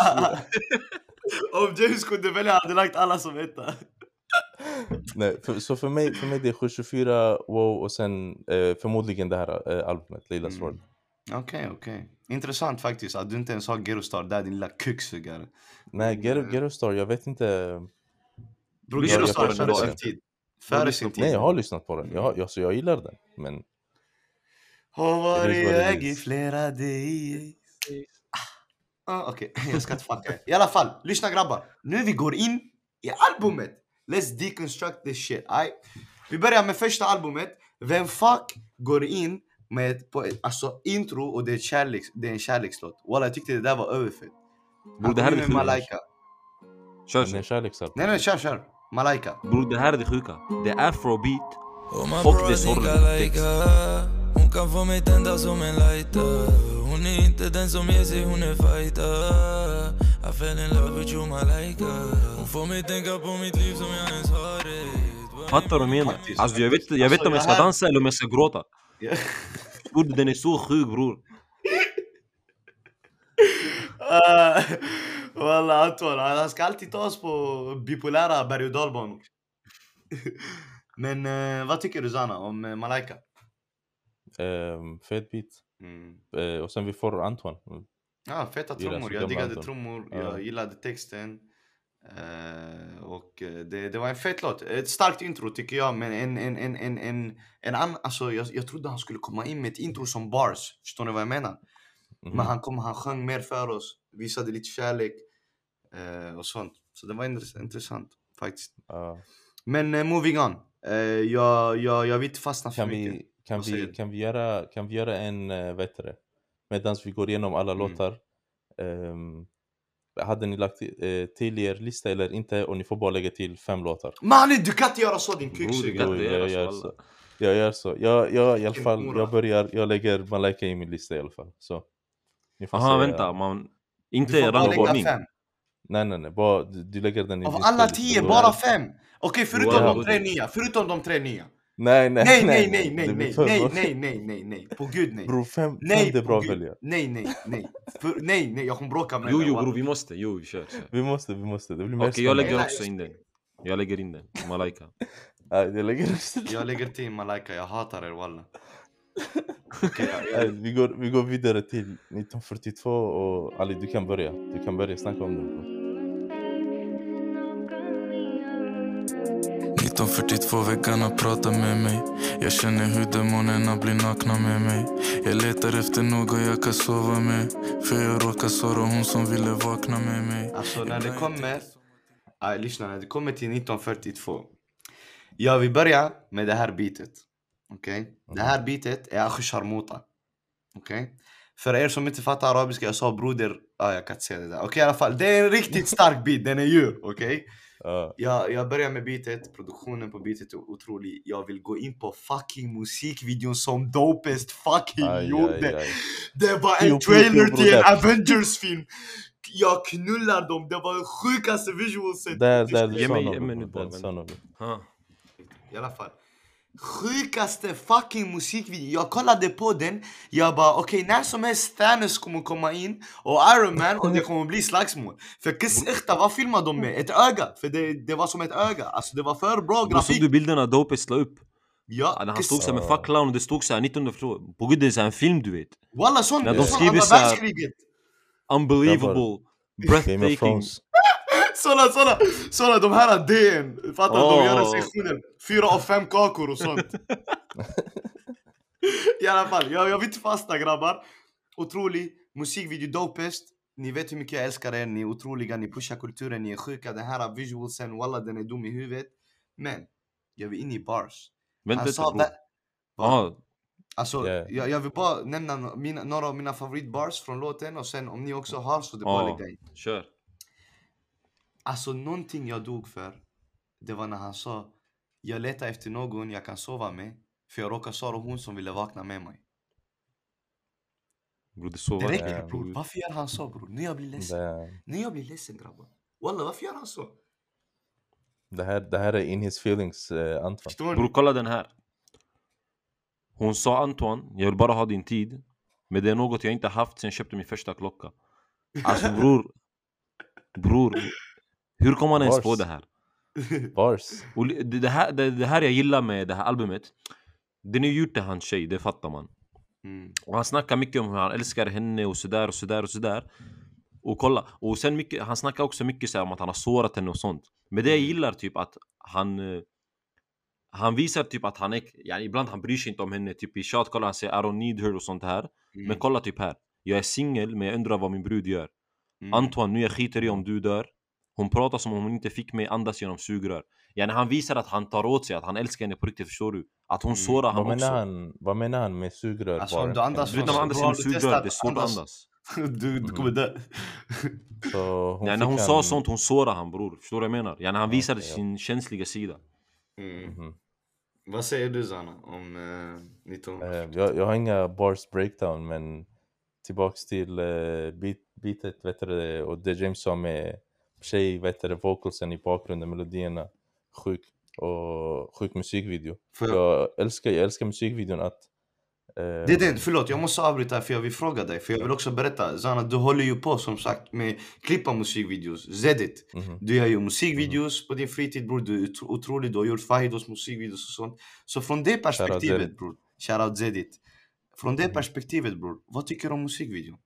Om James kunde välja hade lagt alla som etta. Nej, för, så för mig, för mig det är sju tjugofyra, WoW och sen eh, förmodligen det här eh, albumet, Layla's Mm. World. Okej, okej. Intressant faktiskt att du inte ens har Gerostar där, din lilla kuksugare. Nej, Gero, Mm. Gerostar, jag vet inte. Bror, Lyssna Gerostar på den före då, sin eller? tid. Före sin tid. Nej, jag har lyssnat på den. Jag, har, jag, så jag gillar den. Men Har varit Det är vad det väg i är. flera days. Ah, okej, jag ska inte fucka. I alla fall, lyssna grabbar. Nu vi går in i albumet. Let's deconstruct this shit. Aj? Vi börjar med första albumet. Vem fuck går in med på ett, alltså intro och det är, kärleks, det är en kärlekslåt. Walla, jag tyckte det där var överfett. Bror, det här är med det sjuka. Malaika. Kör, den är kör. kärleksalbum. Nej, nej, kör, kör. Malaika. Bror, det här är det sjuka. Det är afrobeat. Och my Och bro det är sorgliga sinka text. like hon kan få mig tända som en lighter. Hon är inte den som ger sig, hon är fighter. I fell in love with you Malaika. Hon får mig tänka på mitt liv som jag ens har det. Fattar du vad jag menar? Faktiskt, Alltså jag vet, faktiskt. jag vet inte om jag Alltså, ska det här- dansa eller om jag ska gråta. Ja. bror, den är så sjuk bror. Uh, Walla Anton, han ska alltid ta oss på bipolära berg- och dalbanor. Men uh, vad tycker du Zana om uh, Malaika? Um, fet beat. Mm. Uh, och sen vi får Antoine. Ja, feta Gillar trummor, så jag gamla diggade Anton. trummor, Ja. jag gillade texten. Uh, och uh, det, det var en fet låt, ett starkt intro tycker jag. Men en, en, en, en, en, en annan, alltså jag, jag trodde han skulle komma in med ett intro som bars. Förstår ni vad jag menar? Mhm. Men han kom, han sjöng mer för oss, visade lite kärlek uh, och sånt. Så det var intress- intressant faktiskt. Ja. Men uh, moving on, uh, jag, jag, jag vill inte fastna för Kan mycket. vi, kan Vad säger vi, du? kan vi göra, kan vi göra en, uh, vad heter det? Medan vi går igenom alla Mm. låtar. Um, hade ni lagt uh, till er lista eller inte? Och ni får bara lägga till fem låtar. Mannen, du kan inte göra så din Bror, du kuksugare. kan Jo, inte jag göra gör så så. alla. Jag gör så. Jag, jag i alla Vilken fall, mora. jag börjar, jag lägger Malaika i min lista i alla fall. Så. Ni får Aha, säga- vänta, man... Du Inte får bara lägga rangordning. fem. Nej, nej, nej. Bara, du, du lägger den i Av din alla spellista. tio, Då- bara fem. Okej, förutom Ja, de ja. tre nya. Förutom de tre nya. Nej, nej, Nej, nej, nej, nej, Det blir nej, för nej, bra. nej, nej, nej, nej. På gud nej. Bror, fem, Nej, fem det är på bra att Gud. välja. Nej, nej, nej. För, nej, nej, jag kommer bråka med Jo, dig, jo walla. bror, vi måste. Jo, vi kör. kör. Vi måste, vi måste. Det blir mer Okej, jag lägger Nej, också nej. in den. Jag lägger in den. Malaika. Nej, jag lägger också. Jag lägger till Malaika, jag hatar er walla. Okej, jag, Nej, jag, vi, går, vi går vidare till nitton fyrtiotvå och Ali, du kan börja. Du kan börja snacka om den. bror. nitton fyrtiotvå, väggarna pratar med mig. Jag känner hur demonerna blir nakna med mig. Jag letar efter något jag kan sova med. För jag råkar såra hon som ville vakna med mig. alltså när det kommer... Aj, lyssna, när det kommer till nitton fyrtiotvå. Jag vill börja med det här beatet. Okej? Det här beatet är Akhi Sharmuta. Okej? För er som inte fattar arabiska, jag sa broder... Ah, jag kan inte säga det där. Okej, i alla fall. Det är en riktigt stark beat, den är djur. Okej? Ja, Jag, jag börjar med beatet, produktionen på beatet är otrolig. Jag vill gå in på fucking musikvideon som Dopest fucking aj, gjorde. aj, aj. Det var Pio, en pio, trailer pio, till en broder. Avengers-film. Jag knullar dem, det var den sjukaste visualset. Där, där, Ge du sa mig något. en minut bror. bara, Där, du sa något. Ha. I alla fall. Sjukaste fucking musikvideo. Jag kollade på den. Jag bara okej, okay, när som helst Thanos kommer komma in och Iron Man och det kommer bli slagsmål. För Kiss Ikhta, vad filmade de med? Ett öga. För det, det var som ett öga. Alltså det var för bra Bror, såg grafik. du bilderna Dopest la upp? Ja, När han Kiss- stod såhär med facklan och det stod såhär nitton fyrtiotvå. På gud, det är såhär en film du vet. Walla sån, När de sån skriver andra så här- världskriget. Unbelievable. Game of Breathtaking. Thrones. Såna, såna, såna de här D N. Fattar Åh. de gör recensioner. Fyra av fem kakor och sånt. I alla fall, jag, jag vill inte fasta grabbar. Otrolig musikvideo, Dopest. Ni vet hur mycket jag älskar er, ni är otroliga, ni pushar kulturen, ni är sjuka. Den här visualsen, walla den är dum i huvudet. Men, jag vill in i bars. Vänta Han lite sa bror. vä- Ja, Alltså, Yeah. jag, jag vill bara nämna no- mina, några av mina favoritbars från låten. Och sen om ni också har så det är bara ja, lägga in. kör. Alltså någonting jag dog för, det var när han sa jag letar efter någon jag kan sova med, för jag råkar såra hon som ville vakna med mig. Bror, det så Det var räcker det. bror, varför gör han så bror? Nu jag blir ledsen, Det, nu jag blir ledsen grabbar. Walla, varför gör han så? det, här, det här är in his feelings, uh, Antoine. Förstår ni? Bror, kolla den här. Hon sa Antoine, jag vill bara ha din tid. Men det är något jag inte haft sen jag köpte min första klocka. Alltså bror. Bror. Hur kommer man ens Bars. på det här? Bars. Och det, det, här det, det här jag gillar med det här albumet. Den är gjort till hans tjej, det fattar man. Mm. Och han snackar mycket om hur han älskar henne och sådär och sådär och sådär. Och kolla, och sen mycket, han snackar också mycket så här om att han har sårat henne och sånt. Men det jag gillar typ att han eh, han visar typ att han är, ja, ibland han bryr sig inte om henne. Typ i chat kollar han säger I don't need her och sånt här. Mm. Men kolla typ här. Jag är singel men jag undrar vad min brud gör. Mm. Antoine, nu jag skiter i om du dör. Hon pratar som om hon inte fick mig andas genom sugrör. Ja, när han visar att han tar åt sig, att han älskar henne på riktigt, förstår du? Att hon Mm. sårar han Vad också. menar han, vad menar han med sugrör? Alltså, bara? om du andas Du vet från- när man andas Bro, genom har du sugrör, testat det är svårt att andas? andas. du, du kommer dö. Så hon Ja, när fick hon en- sa sånt, hon sårar han bror. Förstår du vad jag menar? Ja, när han visade okej, ja. sin känsliga sida. Mm. Mhm. Vad säger du Zana om uh, nitton? Eh, jag, jag har inga bars breakdown, men tillbaks till uh, beat, beatet, vet du, och det James sa med tjej, vet du, vocalsen i bakgrunden, melodierna, sjuk och sjuk musikvideo. Får jag- Jag älskar, jag älskar musikvideon att Eh, Det är det, förlåt, jag måste avbryta för jag vill fråga dig. För jag vill också berätta, Zana, du håller ju på som sagt med klippa musikvideos, Zedit. mhm. Du gör ju musikvideos på din fritid bror, du är otro- otrolig, du har gjort Fahidos musikvideos och sånt. Så från det perspektivet Zedit. bror, shoutout Zedit. Från det Mhm. perspektivet bror, vad tycker du om musikvideo?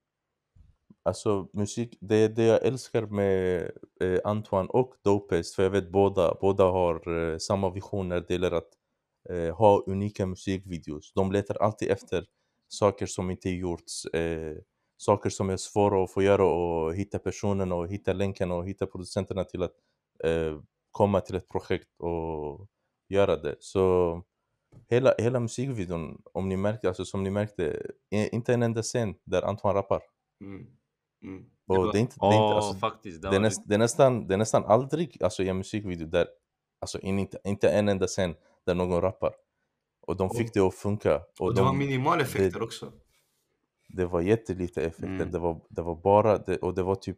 Alltså musik, det är det jag älskar med eh, Antoine och Dopest, för jag vet båda, båda har eh, samma vision när det gäller att eh, ha unika musikvideos. De letar alltid efter saker som inte gjorts, eh, saker som är svåra att få göra, och hitta personen och hitta länken och hitta producenterna till att eh, komma till ett projekt och göra det. Så hela, hela musikvideon, om ni märkte, alltså som ni märkte, är inte en enda scen där Antoine rappar. Mm. Mm. Och var- det är inte, det är inte Ja, alltså, faktiskt. det är, näst, det, är nästan, det är nästan aldrig alltså, i en musikvideo där, alltså in, inte, inte en enda scen där någon rappar. Och de fick Och- det att funka. Och, Och det var de, minimaleffekter det- också. det var jättelite effekter. Mm. Det, var, det var bara, det, och det var typ,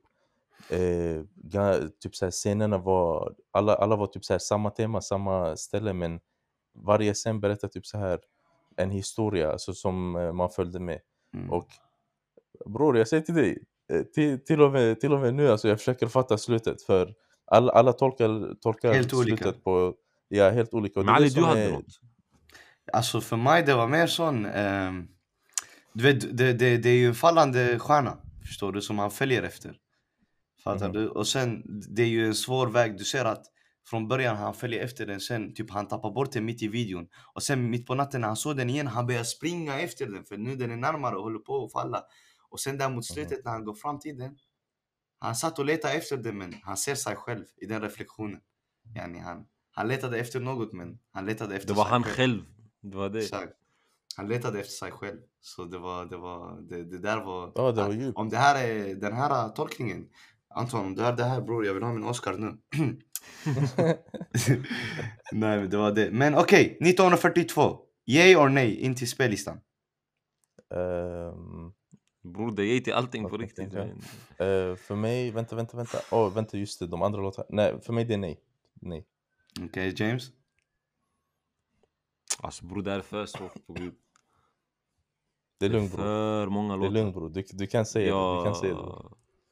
eh, ga, typ så här, scenerna var, alla, alla var typ så här, samma tema, samma ställe, men varje scen berättar typ så här en historia alltså, som eh, man följde med. Mm. Och bror, jag säger till dig, eh, till, till, och med, till och med nu, alltså jag försöker fatta slutet, för alla, alla tolkar, tolkar Helt olika. slutet på, ja, helt olika. Och Men det är Ali, det du som hade är- något. Alltså för mig det var mer sån, ehm, du vet, det, det, det är ju en fallande stjärna, förstår du, som han följer efter. Fattar Mhm. du? Och sen, det är ju en svår väg, du ser att från början han följer efter den, sen typ han tappar bort den mitt i videon. Och sen mitt på natten när han såg den igen, han börjar springa efter den, för nu den är närmare och håller på att falla. Och sen där mot slutet när han går fram till den, han satt och letade efter den, men han ser sig själv i den reflektionen. Yani han, han letade efter något, men han letade efter Det var sig han själv. själv. Det var det. Exakt. Han letade efter sig själv. Så det var, det var, det, det där var... Ja, det var djupt. Om det här är den här tolkningen, Anton, om du hör det här bror, jag vill ha min Oscar nu. Nej, men det var det. Men okej, okay, nittonhundrafyrtiotvå. Yay or nej in till spellistan? Ehm, Bror, det är till allting på Okej, riktigt. okej. men- eh, för mig, vänta, vänta, vänta. Åh, vänta, just det, de andra låtarna. Nej, för mig det är nej. Nej. Okej, okay, James? Alltså bror, det här är för svårt på gud. Det är Det är lugnt bror. för många Det är låtar. lugnt bror. Du, du kan säga det. Du kan säga det.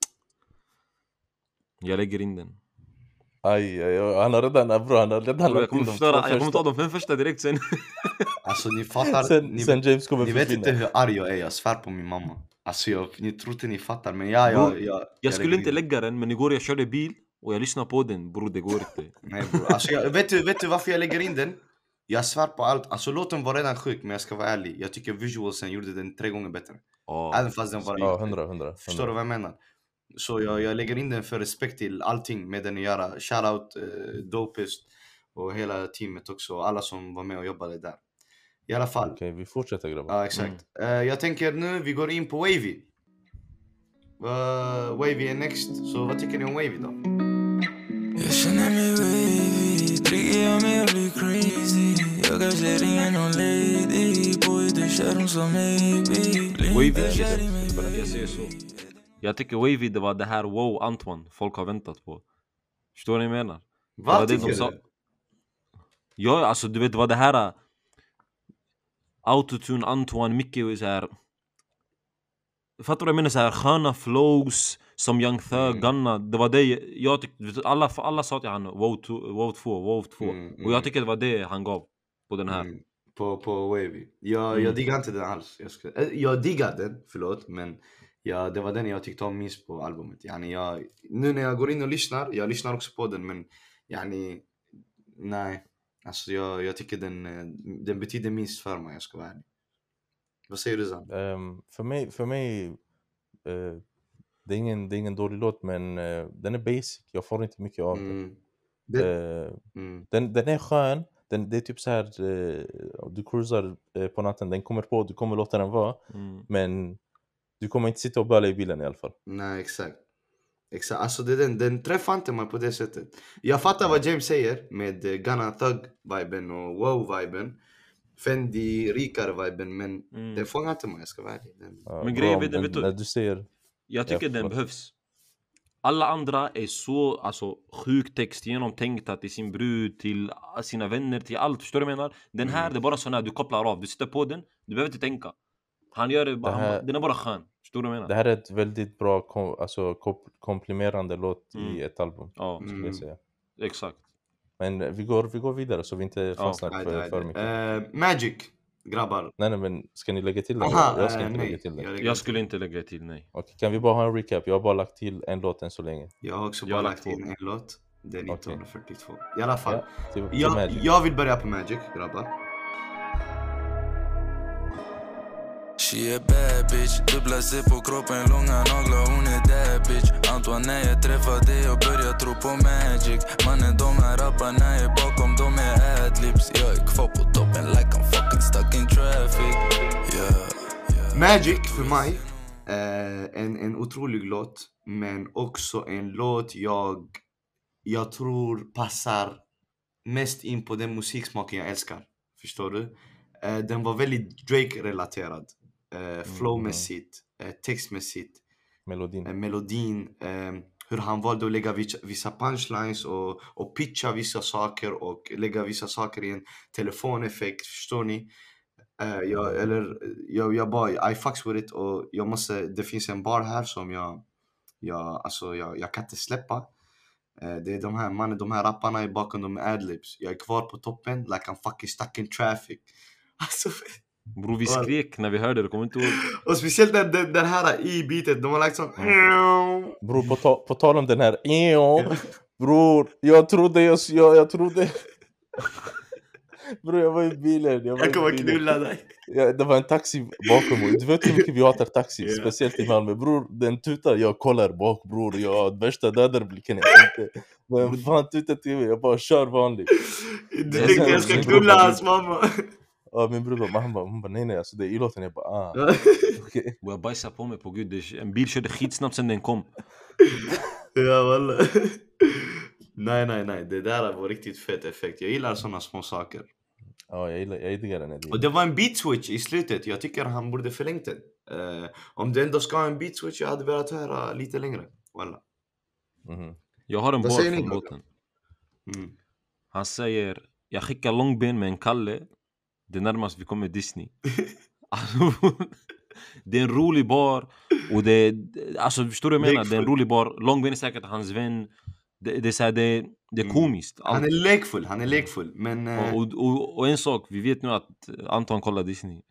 Jag lägger in den. Aj, aj, aj, han har redan, bror, han har redan Bror, jag lagt in kommer de förstöra, två jag kommer första. ta de fem första direkt sen. Alltså ni fattar, Sen, ni, sen James kommer ni vet försvinna. inte hur arg jag är, jag svär på min mamma. Alltså jag, ni tror inte ni fattar, men ja, jag, Bror, jag, Jag skulle lägger inte in. lägga den, men igår jag körde bil och jag lyssnade på den. Bror, det går inte. Nej bror, alltså jag, vet, du, vet du varför jag lägger in den? Jag svär på allt, alltså låten var redan sjuk, men jag ska vara ärlig. Jag tycker visualsen gjorde den tre gånger bättre. Ja. Även fast den var... Ja, hundra, hundra. Förstår du vad jag menar? Så jag, jag lägger in den för respekt till allting med den att göra. Shoutout, eh, Dopest och hela teamet också. Alla som var med och jobbade där. I alla fall. Okej, vi fortsätter grabbar. Ja, exakt. Eh, jag tänker nu, vi går in på Wavy. Uh, Wavy är next. Så vad tycker ni om Wavy då? Jag känner mig wavy, dricker jag mig jag blir crazy. Jag kanske ringer någon lady, boy du kör hon som maybe. Wavy, Blinda kär i jag, mig, jag säger så. Jag tycker Wavy, det var det här wow Antoine folk har väntat på. Förstår ni vad jag menar? Det var Vad det tycker de du? sa. Ja, alltså du vet vad det här uh, autotune Antoine mycket är så här. Fattar du vad jag menar, så här sköna flows som Young Thug, Mm. Gunna. Det var det jag tyckte, alla alla sa till han wow två, wow två, wow två. Mm, Och mm. jag tycker det var det han gav på den här. Mm, på, på Wavy. Jag, Mm. jag diggar inte den alls. Jag, ska, eh, jag diggar den, förlåt. Men ja, det var den jag tyckte om minst på albumet. Yani jag, nu när jag går in och lyssnar, jag lyssnar också på den. Men yani, nej. Alltså jag, jag tycker den, eh, den betyder minst för mig, jag ska vara ärlig. Vad säger du Zan? Ehm, för mig, för mig eh, det, är ingen, det är ingen dålig låt, men eh, den är basic. Jag får inte mycket av den. Mm. Det, Eh, mm. den. Den är skön. Den, det är typ så här, eh, du cruisar eh, på natten, den kommer på, du kommer låta den vara. Mm. Men du kommer inte sitta och böla i bilen i alla fall. Nej, exakt. Exakt, alltså det, den, den träffar inte mig på det sättet. Jag fattar vad James säger med uh, Gunna Thug-viben och Wow-viben. Fendi, Rikar-viben, men Mm. den fångar inte mig, jag ska vara ärlig. Den... Ja, Men bra, grejen, om vet du- den- vet du- när du säger, Jag tycker Ja, den förlåt. behövs. Alla andra är så alltså sjukt text genomtänkta till sin brud, till sina vänner, till allt. Förstår du vad jag menar? Den här, Mm. det är bara sån här, du kopplar av. Du sitter på den, du behöver inte tänka. Han gör det, bara, Det här- han, den är bara skön. Förstår du vad jag menar? Det här är ett väldigt bra kom, alltså, kom, komplimerande låt Mm. i ett album, Ja, skulle Mm. jag säga. exakt. Men vi går, vi går vidare så vi inte fastnar Nej, för, nej, för nej. mycket. Eh, Magic, grabbar. Nej, nej, men ska ni lägga till det? Aha, Jag ska eh, inte nej. lägga till det. Jag, lägger Jag till. skulle inte lägga till, nej. Okej, kan vi bara ha en recap? Jag har bara lagt till en låt än så länge. Jag har också Jag bara har lagt lagt in på. en låt. Det är Okej. nittonhundrafyrtiotvå. I alla fall. Ja, till, till Jag, Magic. jag vill börja på Magic, grabbar. She a bad bitch, dubbla sig på kroppen, långa naglar, hon är där bitch. Antoine, när jag träffade dig och började tro på magic. Mannen, de här rapparna är bakom, de är adlibs. Jag är kvar på toppen like I'm fucking stuck in traffic. Yeah, yeah. Magic för mig, eh, en, en otrolig låt. Men också en låt jag, jag tror passar mest in på den musiksmaken jag älskar. Förstår du? Eh, den var väldigt Drake-relaterad. Eh, flowmässigt, eh, textmässigt, Melodin. eh, melodin. Eh, hur han valde att lägga vissa, vissa punchlines och, och pitcha vissa saker och lägga vissa saker i en telefoneffekt. Förstår ni? Eh, jag, eller, jag, jag bara, I fucks with it. Och jag måste, det finns en bar här som jag, jag, alltså, jag, jag kan inte släppa. Eh, det är de här mannen, de här rapparna är bakom de adlibs. Jag är kvar på toppen like I'm fucking stuck in traffic. Alltså, Bro, vi skrek när vi hörde det, kommer inte ihåg. och speciellt den, den, den här i beatet, de har lagt sån... Bror, på, ta, på tal om den här... Bror, jag trodde jag... Jag, jag trodde... Bror, jag var i bilen. Jag, var Jag kommer i bilen. knulla dig. Ja, det var en taxi bakom mig. Du vet hur mycket vi hatar taxi, Yeah. speciellt i Malmö. Bror, den tutar, jag kollar bak bror. Jag har värsta dödarblicken. Jag tänkte, men fan tutar till mig, jag bara kör vanligt. Du Jag tänkte sa- jag ska min knulla bror- hans mamma. Ja, min bror bara, han bara, hon bara nej nej, alltså det är i låten. Jag bara, ah, okej. Och jag bajsade på mig på gud, det- en bil körde skitsnabbt sen den kom. Ja, walla. Nej, nej, nej. Det där var riktigt fett effekt. Jag gillar såna små saker. Ja, jag gillar, jag diggar den. Och det var en beat switch i slutet. Jag tycker han borde förlängt den. Eh, om det ändå ska ha en beat switch, jag hade velat höra lite längre. Walla. Mhm. Jag har en Vad bar säger ni, från grabbar? låten. Mm. Han säger, jag skickar långben med en kalle. Det närmast vi kommer Disney. Alltså, det är en rolig bar. Och det är, alltså förstår du vad jag menar? Det är en rolig bar. Långben är säkert hans vän. Det, det är så här, det, det är Mm. komiskt. Han Allt. är lekfull, han är lekfull. Men... eh, Och, och, och en sak, vi vet nu att Anton kollar Disney.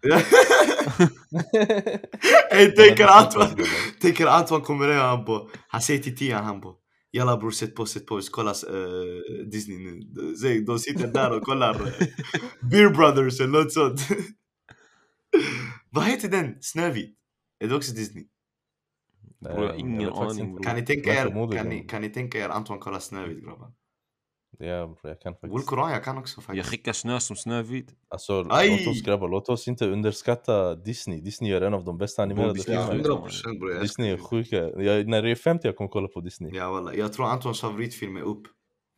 Ey, tänker Antoine, tänker Antoine kommer här, han på, han säger till Tian, han på, jalla bror, sätt på, sätt på, vi ska kolla uh, Disney nu. De, de sitter där och kollar uh, Beer Brothers eller något sånt. Vad heter den? Snövit? Är det också Disney? Nej, Bror, jag har ingen vet faktiskt aning, inte. bror. Kan ni tänka Men er, förmodligen. kan ni, kan ni tänka er Antoine kolla Snövit, grabbar? Ja, bror, jag kan Wol faktiskt. Koran, jag kan också Jag faktiskt. skickar snö som Snövit. Alltså, Aj! låt oss grabbar, låt oss inte underskatta Disney. Disney är en av de bästa animerade Disney- Ja, filmerna. hundra hundra procent bror. jag Disney är älskar sjuka. Jag, när det är femtio jag kommer kolla på Disney. det. Ja, walla. Jag tror Antons favoritfilm är Upp.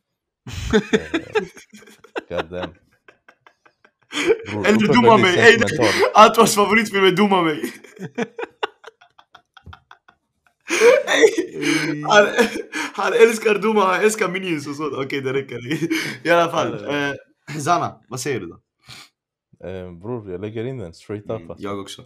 God damn. Bror, Eller Upp är Dumma väldigt mig, ey, sentimental. Antons favoritfilm är Dumma mig. han, han älskar Dumma, han älskar Minions och sånt. Okej, okay, det räcker. I alla fall. Eh, Zana, vad säger du då? Eh, bror, jag lägger in den straight up. Mm, Alltså. jag också.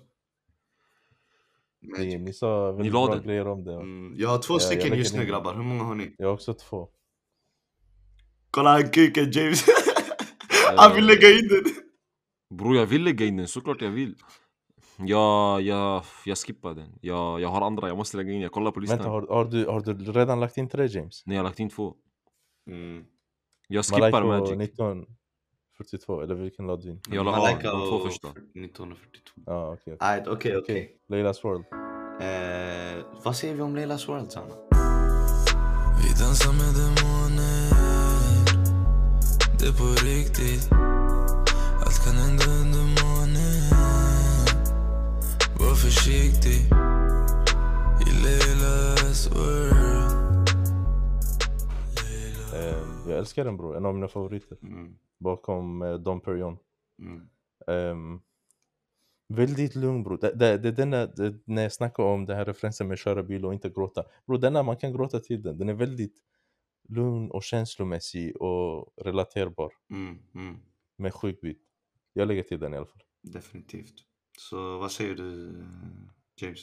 Ni, ni sa väldigt la bra den. grejer om det. Mm, jag har två Ja, jag stycken lägger just nu in. grabbar. Hur många har ni? Jag har också två. Kolla han kuken James. Han vill lägga in den. Bror, jag vill lägga in den, såklart jag vill. Jag, jag, jag skippar den. Jag, jag har andra, jag måste lägga in. Jag kollar på listan. Vänta, har, har, du, har du redan lagt in tre James? Nej, jag har lagt in två. Mm. Jag skippar Malaika och Magic. nitton fyrtiotvå, eller vilken lade du in? Jag la Malaika de två och första. nittonhundrafyrtiotvå. Ja, okej. okej. Alright, okej, Okej, okej. Leilas World. Eh, vad säger vi om Leilas World, Zana? Vi dansar med demoner. Det är på riktigt. Allt kan hända under månen. Var försiktig i Leilas world. Eh, jag älskar den bror, en av mina favoriter. Mm. Bakom eh, Dom Perignon. Mm. Ehm, Väldigt lugn bror. Det, det, det, denna, det, när jag snackar om det här referensen med köra bil och inte gråta. Bror, denna man kan gråta till den. Den är väldigt lugn och känslomässig och relaterbar. Mm, mm. Med sjuk bit. Jag lägger till den i alla fall. Definitivt. Så vad säger du, James?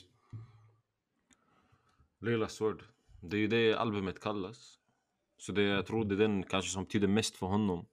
Layla Sword. Det är ju det albumet kallas. Så det, jag tror det är den kanske som betyder mest för honom.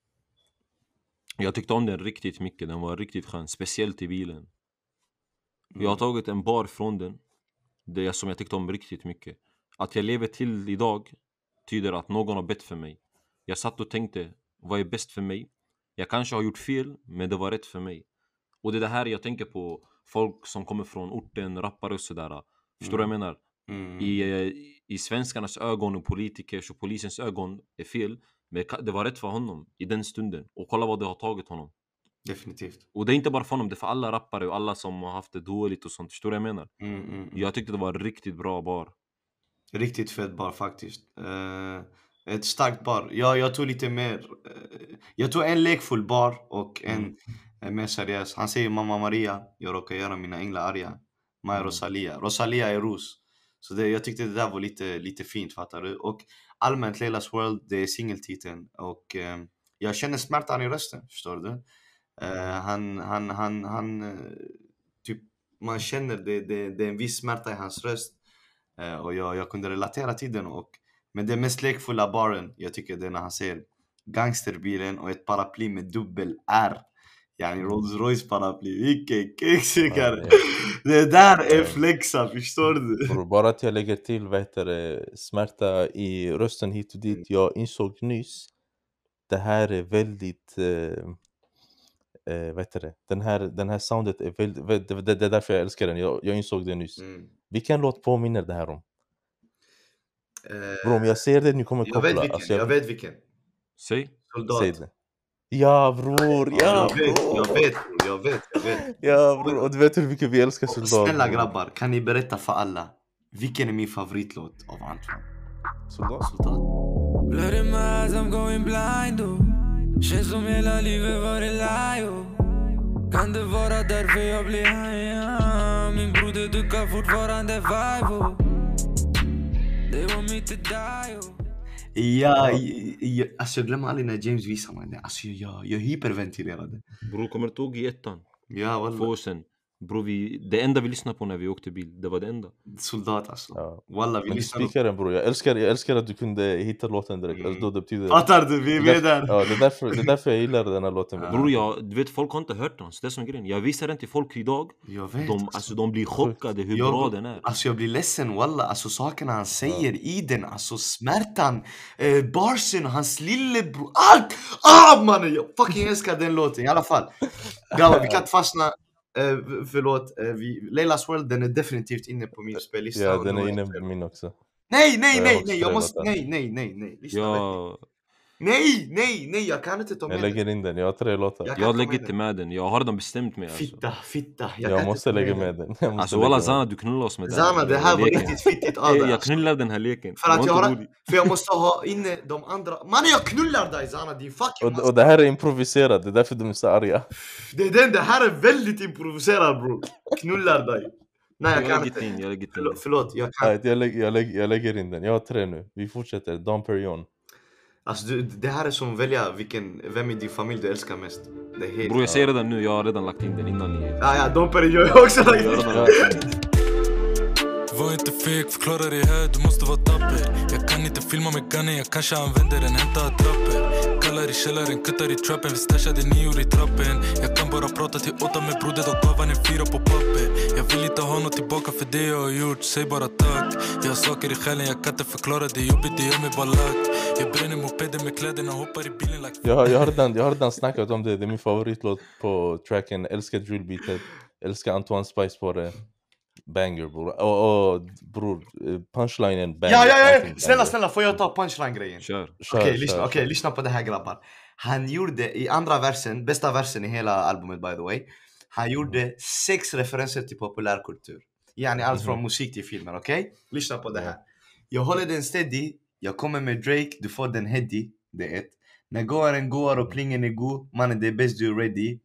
Jag tyckte om den riktigt mycket. Den var riktigt skön. Speciellt i bilen. Mm. Jag har tagit en bar från den. Det är som jag tyckte om riktigt mycket. Att jag lever till idag tyder att någon har bett för mig. Jag satt och tänkte, vad är bäst för mig? Jag kanske har gjort fel, men det var rätt för mig. Och det är det här jag tänker på. Folk som kommer från orten, rappare och sådär. Förstår du Mm. vad jag menar? Mm. I, I svenskarnas ögon och politikers och polisens ögon är fel. Men det var rätt för honom i den stunden. Och kolla vad det har tagit honom. Definitivt. Och det är inte bara för honom, det är för alla rappare och alla som har haft det dåligt och sånt. Förstår du vad jag menar? Mm, mm, mm. Jag tyckte det var riktigt bra bar. Riktigt fett bar faktiskt. Uh, ett starkt bar. Ja, jag tog lite mer. Uh, jag tog en lekfull bar och en Mm. uh, mer seriös. Han säger Mamma Maria, jag råkar göra mina änglar arga. Maja Mm. Rosalia. Rosalia är ros. Så det, jag tyckte det där var lite, lite fint, fattar du? Och allmänt Layla's World, det är singeltiteln. Och uh, jag känner smärtan i rösten, förstår du? Uh, han, han, han, han uh, typ, man känner det, det, det är en viss smärta i hans röst. Uh, och jag, jag kunde relatera till den. Och, men det mest lekfulla baren, jag tycker det är när han säger gangsterbilen och ett paraply med dubbel R. Yani Rolls Royce paraply. Vilken kexikare. Ja, det där är Ja. flexa, förstår du? Bror, bara att jag lägger till vad heter det, smärta i rösten hit och dit. Jag insåg nyss. Det här är väldigt... Eh, eh, vad heter det? Den här, den här soundet är väldigt... Det, det, det är därför jag älskar den. Jag, jag insåg det nyss. Mm. Vilken låt påminner det här om? Uh, Bro, om jag ser det, ni kommer jag koppla. vet vilken, Alltså, jag vet vilken. Säg. Soldat. Säg det. Ja bror, ja jag vet, bror. jag vet, bror, jag vet, jag vet. Ja bror, och du vet hur mycket vi älskar Och Soldat. snälla bror. grabbar, kan ni berätta för alla vilken är min favoritlåt av Antoine? Soldat? Soldat. Bloody eyes, I'm going blind oh. Känns som hela livet var en lie oh. Kan det vara därför jag blir high? Min broder duckar fortfarande vibe oh. Det var mitt i die oh. Ja, jag, jag, alltså jag glömmer aldrig när James visar mig det. Alltså jag, jag hyperventilerade. Bro, kommer du ihåg i ettan? Ja, Två wallah. år sedan. Bro, vi, det enda vi lyssnade på när vi åkte bil, det var det enda. Soldat alltså. Ja. Wallah, vi Men du lyssnar upp. spikar den bror, jag älskar, jag älskar att du kunde hitta låten direkt. Mm. Alltså, då det betyder... Fattar du? Vi är det är med därför, där. ja, det, är därför, det är därför jag gillar den här låten. Ja. Bror, jag, du vet, folk har inte hört den. Så det är som grejen. Jag visar den till folk idag. Jag vet. De, alltså, de blir chockade hur Jag- bra den är. Alltså jag blir ledsen, wallah. Alltså sakerna han säger i den. Alltså smärtan. Eh, barsen, hans lillebror. Allt! Ah mannen, jag fucking älskar den låten. I alla fall. Grabbar, vi kan inte fastna. Eh, förlåt. Eh, vi, Layla's World, den är definitivt inne på min spellista. Ja, och den då är jag inne fel. på min också. Nej, nej, Jag har nej, också nej. Jag tre måste... låtar. Nej, nej, nej, nej. Lyssna. vet Jag, ni. Nej, nej, nej. Jag kan inte ta med Jag den. lägger in den, jag har tre låtar. Jag kan jag ta lägger med inte den. med den. Jag har redan bestämt mig. Alltså, Fitta, fitta. Jag, kan inte måste ta lägga med den. Jag måste alltså lägga walla med Zana, du knullar oss med den. Zana, det här var leken. riktigt fittigt av Eh, dig. Jag alltså. knullar den här leken. För att Var jag inte har, rolig. för jag måste ha inne de andra. Mannen, jag knullar dig Zana, din fucking Och, mask. och det här är improviserat, det är därför de är så arga. Det är den, det här är väldigt improviserad bro. Knullar dig. Nej, jag Jag kan lägger inte. in, jag lägger in. Förlåt, förlåt jag kan. Nej, jag, lägger, jag, lägger, jag lägger in den, jag har tre nu. Vi fortsätter, Dom Perignon. Alltså du, det här är som välja vilken, vem i din familj du älskar mest. Det är helt... Bror, jag säger redan nu, jag har redan lagt in den innan ni... Ja, ja, de gör jag också. Jag har redan lagt in den. Var inte feg, förklara dig här, du måste vara tapper. Jag kan inte filma med gunnen, jag kanske använder den, hämta attrapper. Kallar i källaren, kuttar i trappen, vi stashade nior i trappen. Jag kan bara prata till åtta med broder, då gav han en fyra på papper. Jag vill inte ha något tillbaka för det jag har gjort, säg bara tack. Jag har saker i själen, jag kan inte förklara det jobbigt, det gör mig bara lack. Jag bränner mopeden med kläderna, hoppar i bilen like... Jag har, jag, har redan, jag har redan snackat om det, det är min favoritlåt på tracken. Älskar drillbeatet, älskar Antoine Spice på det. Banger bror, och, och bror, punchlinen banger. Ja, ja, ja, Allting snälla, banger. snälla, får jag ta punchline-grejen? Kör. Kör, Okej, kör, lyssna, kör. okej, lyssna på det här grabbar. Han gjorde i andra versen, bästa versen i hela albumet by the way. Han gjorde sex referenser till populärkultur. Yani allt från musik till filmer, okej? Lyssna på det här. Jag håller den steady, jag kommer med Drake, du får den heady, det är ett. När gåaren går och plingen är god, mannen det är bäst du är ready.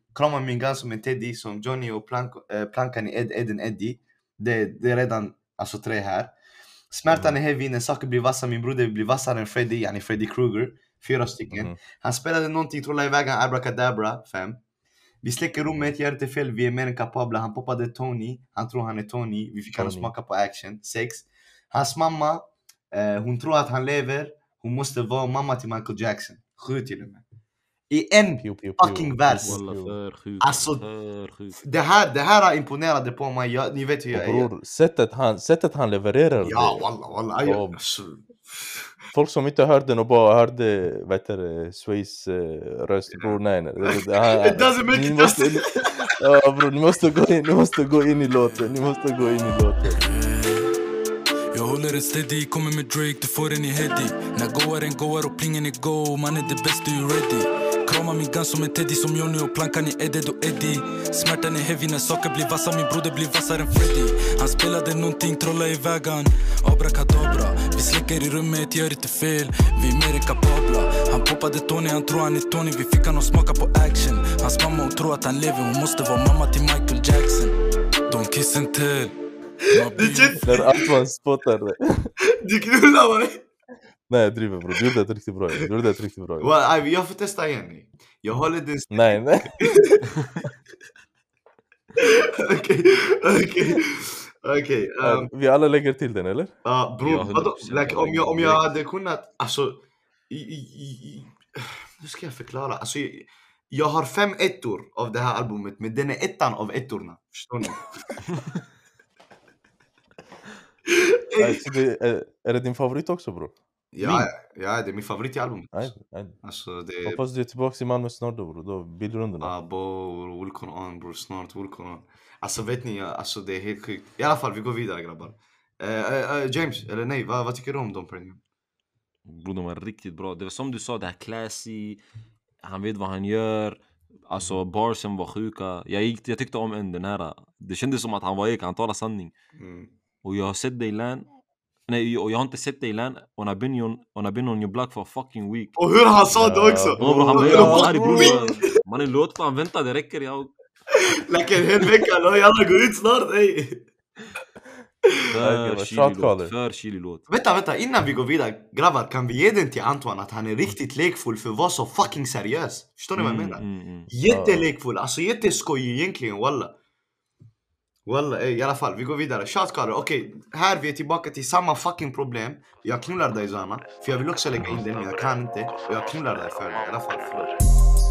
Krama min gun som en Teddy, som Johnny och plank, eh, plankan i Ed, Eden Eddie. Det, det är redan alltså tre här. Smärtan är heavy, när saker blir vassa, min broder blir vassare än Freddy, yani Freddy Krueger. Fyra stycken. Mhm. Han spelade någonting, trolla iväg han abracadabra, fem. Vi släcker rummet, gör inte fel, vi är mer än kapabla. Han poppade Tony, han tror han är Tony. Vi fick han smaka på action, sex. Hans mamma, eh, hon tror att han lever. Hon måste vara mamma till Michael Jackson. Sju till och med. I en Pew, pew, fucking pew. vers. Walla för sjukt. Alltså, för sjukt. Det här, det här imponerade på mig. Jag, ni vet hur jag är. Bror, sättet han, sättet han levererar Ja, det. walla, walla. Jag, Och- alltså, Folk som inte hörde den och bara hörde, vad heter det, Sways uh, röst, bror, nej, nej. Det, det, han, It doesn't make ni it måste, just- ja, bror, ni måste gå in, ni måste gå in i låten, ni måste gå in i låten. Jag håller ett steady, kommer med Drake, du får den i heady. När goar en goar och plingen är go, man är det bästa, you ready. Krama min gun som en Teddy, som Johnny och plankan i Edded och Eddie. Smärtan är heavy när saker blir vassa, min broder blir vassare än Freddy. Han spelade någonting, trolla i vägen, abracadabra. Vi släcker i rummet, gör inte fel, vi är mer än kapabla. Han poppade Tony, han tror han är Tony, vi fick han att smaka på action. Hans mamma, hon tror att han lever, hon måste vara mamma till Michael Jackson. Don't kiss and tell. det känns... När Antoine spottar det. Du knullar mig. Nej, jag driver, bror, du gjorde ett riktigt bra jobb, du gjorde ett riktigt bra jobb. Well, jag får testa igen. Jag håller den... Nej, nej. Okej, okej. Okej. ehm, Vi alla lägger till den, eller? Ja, bror, Ja, vadå? hundra procent. Like, om, jag, om jag hade kunnat, alltså, i, i, i, i, hur ska jag förklara? Alltså, jag, jag har fem ettor av det här albumet, men den är ettan av ettorna, förstår ni? Alltså, det, är, är det din favorit också, bror? Ja, ja, det är min favorit i albumet. Nej, nej. Alltså, det är... Hoppas du är tillbaka i Malmö snart då, bror, då blir du rundorna. Abo, will come on, bror, snart, will come on. Alltså, vet ni, alltså, det är helt sjukt. I alla fall, vi går vidare, grabbar. Uh, uh, James, eller nej, vad, vad tycker du om Dom Perignon? Bro, de var riktigt bra. Det var som du sa, det här classy. Han vet vad han gör. Alltså barsen var sjuka. Jag, gick, jag tyckte om en den här. Det kändes som att han var ek, han talade sanning. Mm. Och jag har sett dig i län. Nej, och jag har inte sett dig i län. Och I've been on, and I've been on your block for a fucking week. Och hur han sa det Ja, också! Bro, bro, han blev Ja, arg, bror. week. Man är låt på han vänta, det räcker. Jag Like en hel vecka, no, jalla, gå ut snart, ey! för shot chili caller. låt. För chili låt. Vänta, vänta, innan vi går vidare, grabbar, kan vi ge den till Antoine att han är riktigt lekfull för att vara så fucking seriös? Förstår ni vad jag Mm, menar? mm, mm. Jättelekfull, alltså jätteskoj egentligen, walla. Walla, ey, i alla fall, vi går vidare. Shotcaller, okej, här vi är tillbaka till samma fucking problem. Jag knullar dig, Zana, för jag vill också lägga in den, men jag kan inte. Och jag knullar dig för det, i alla fall, förlåt.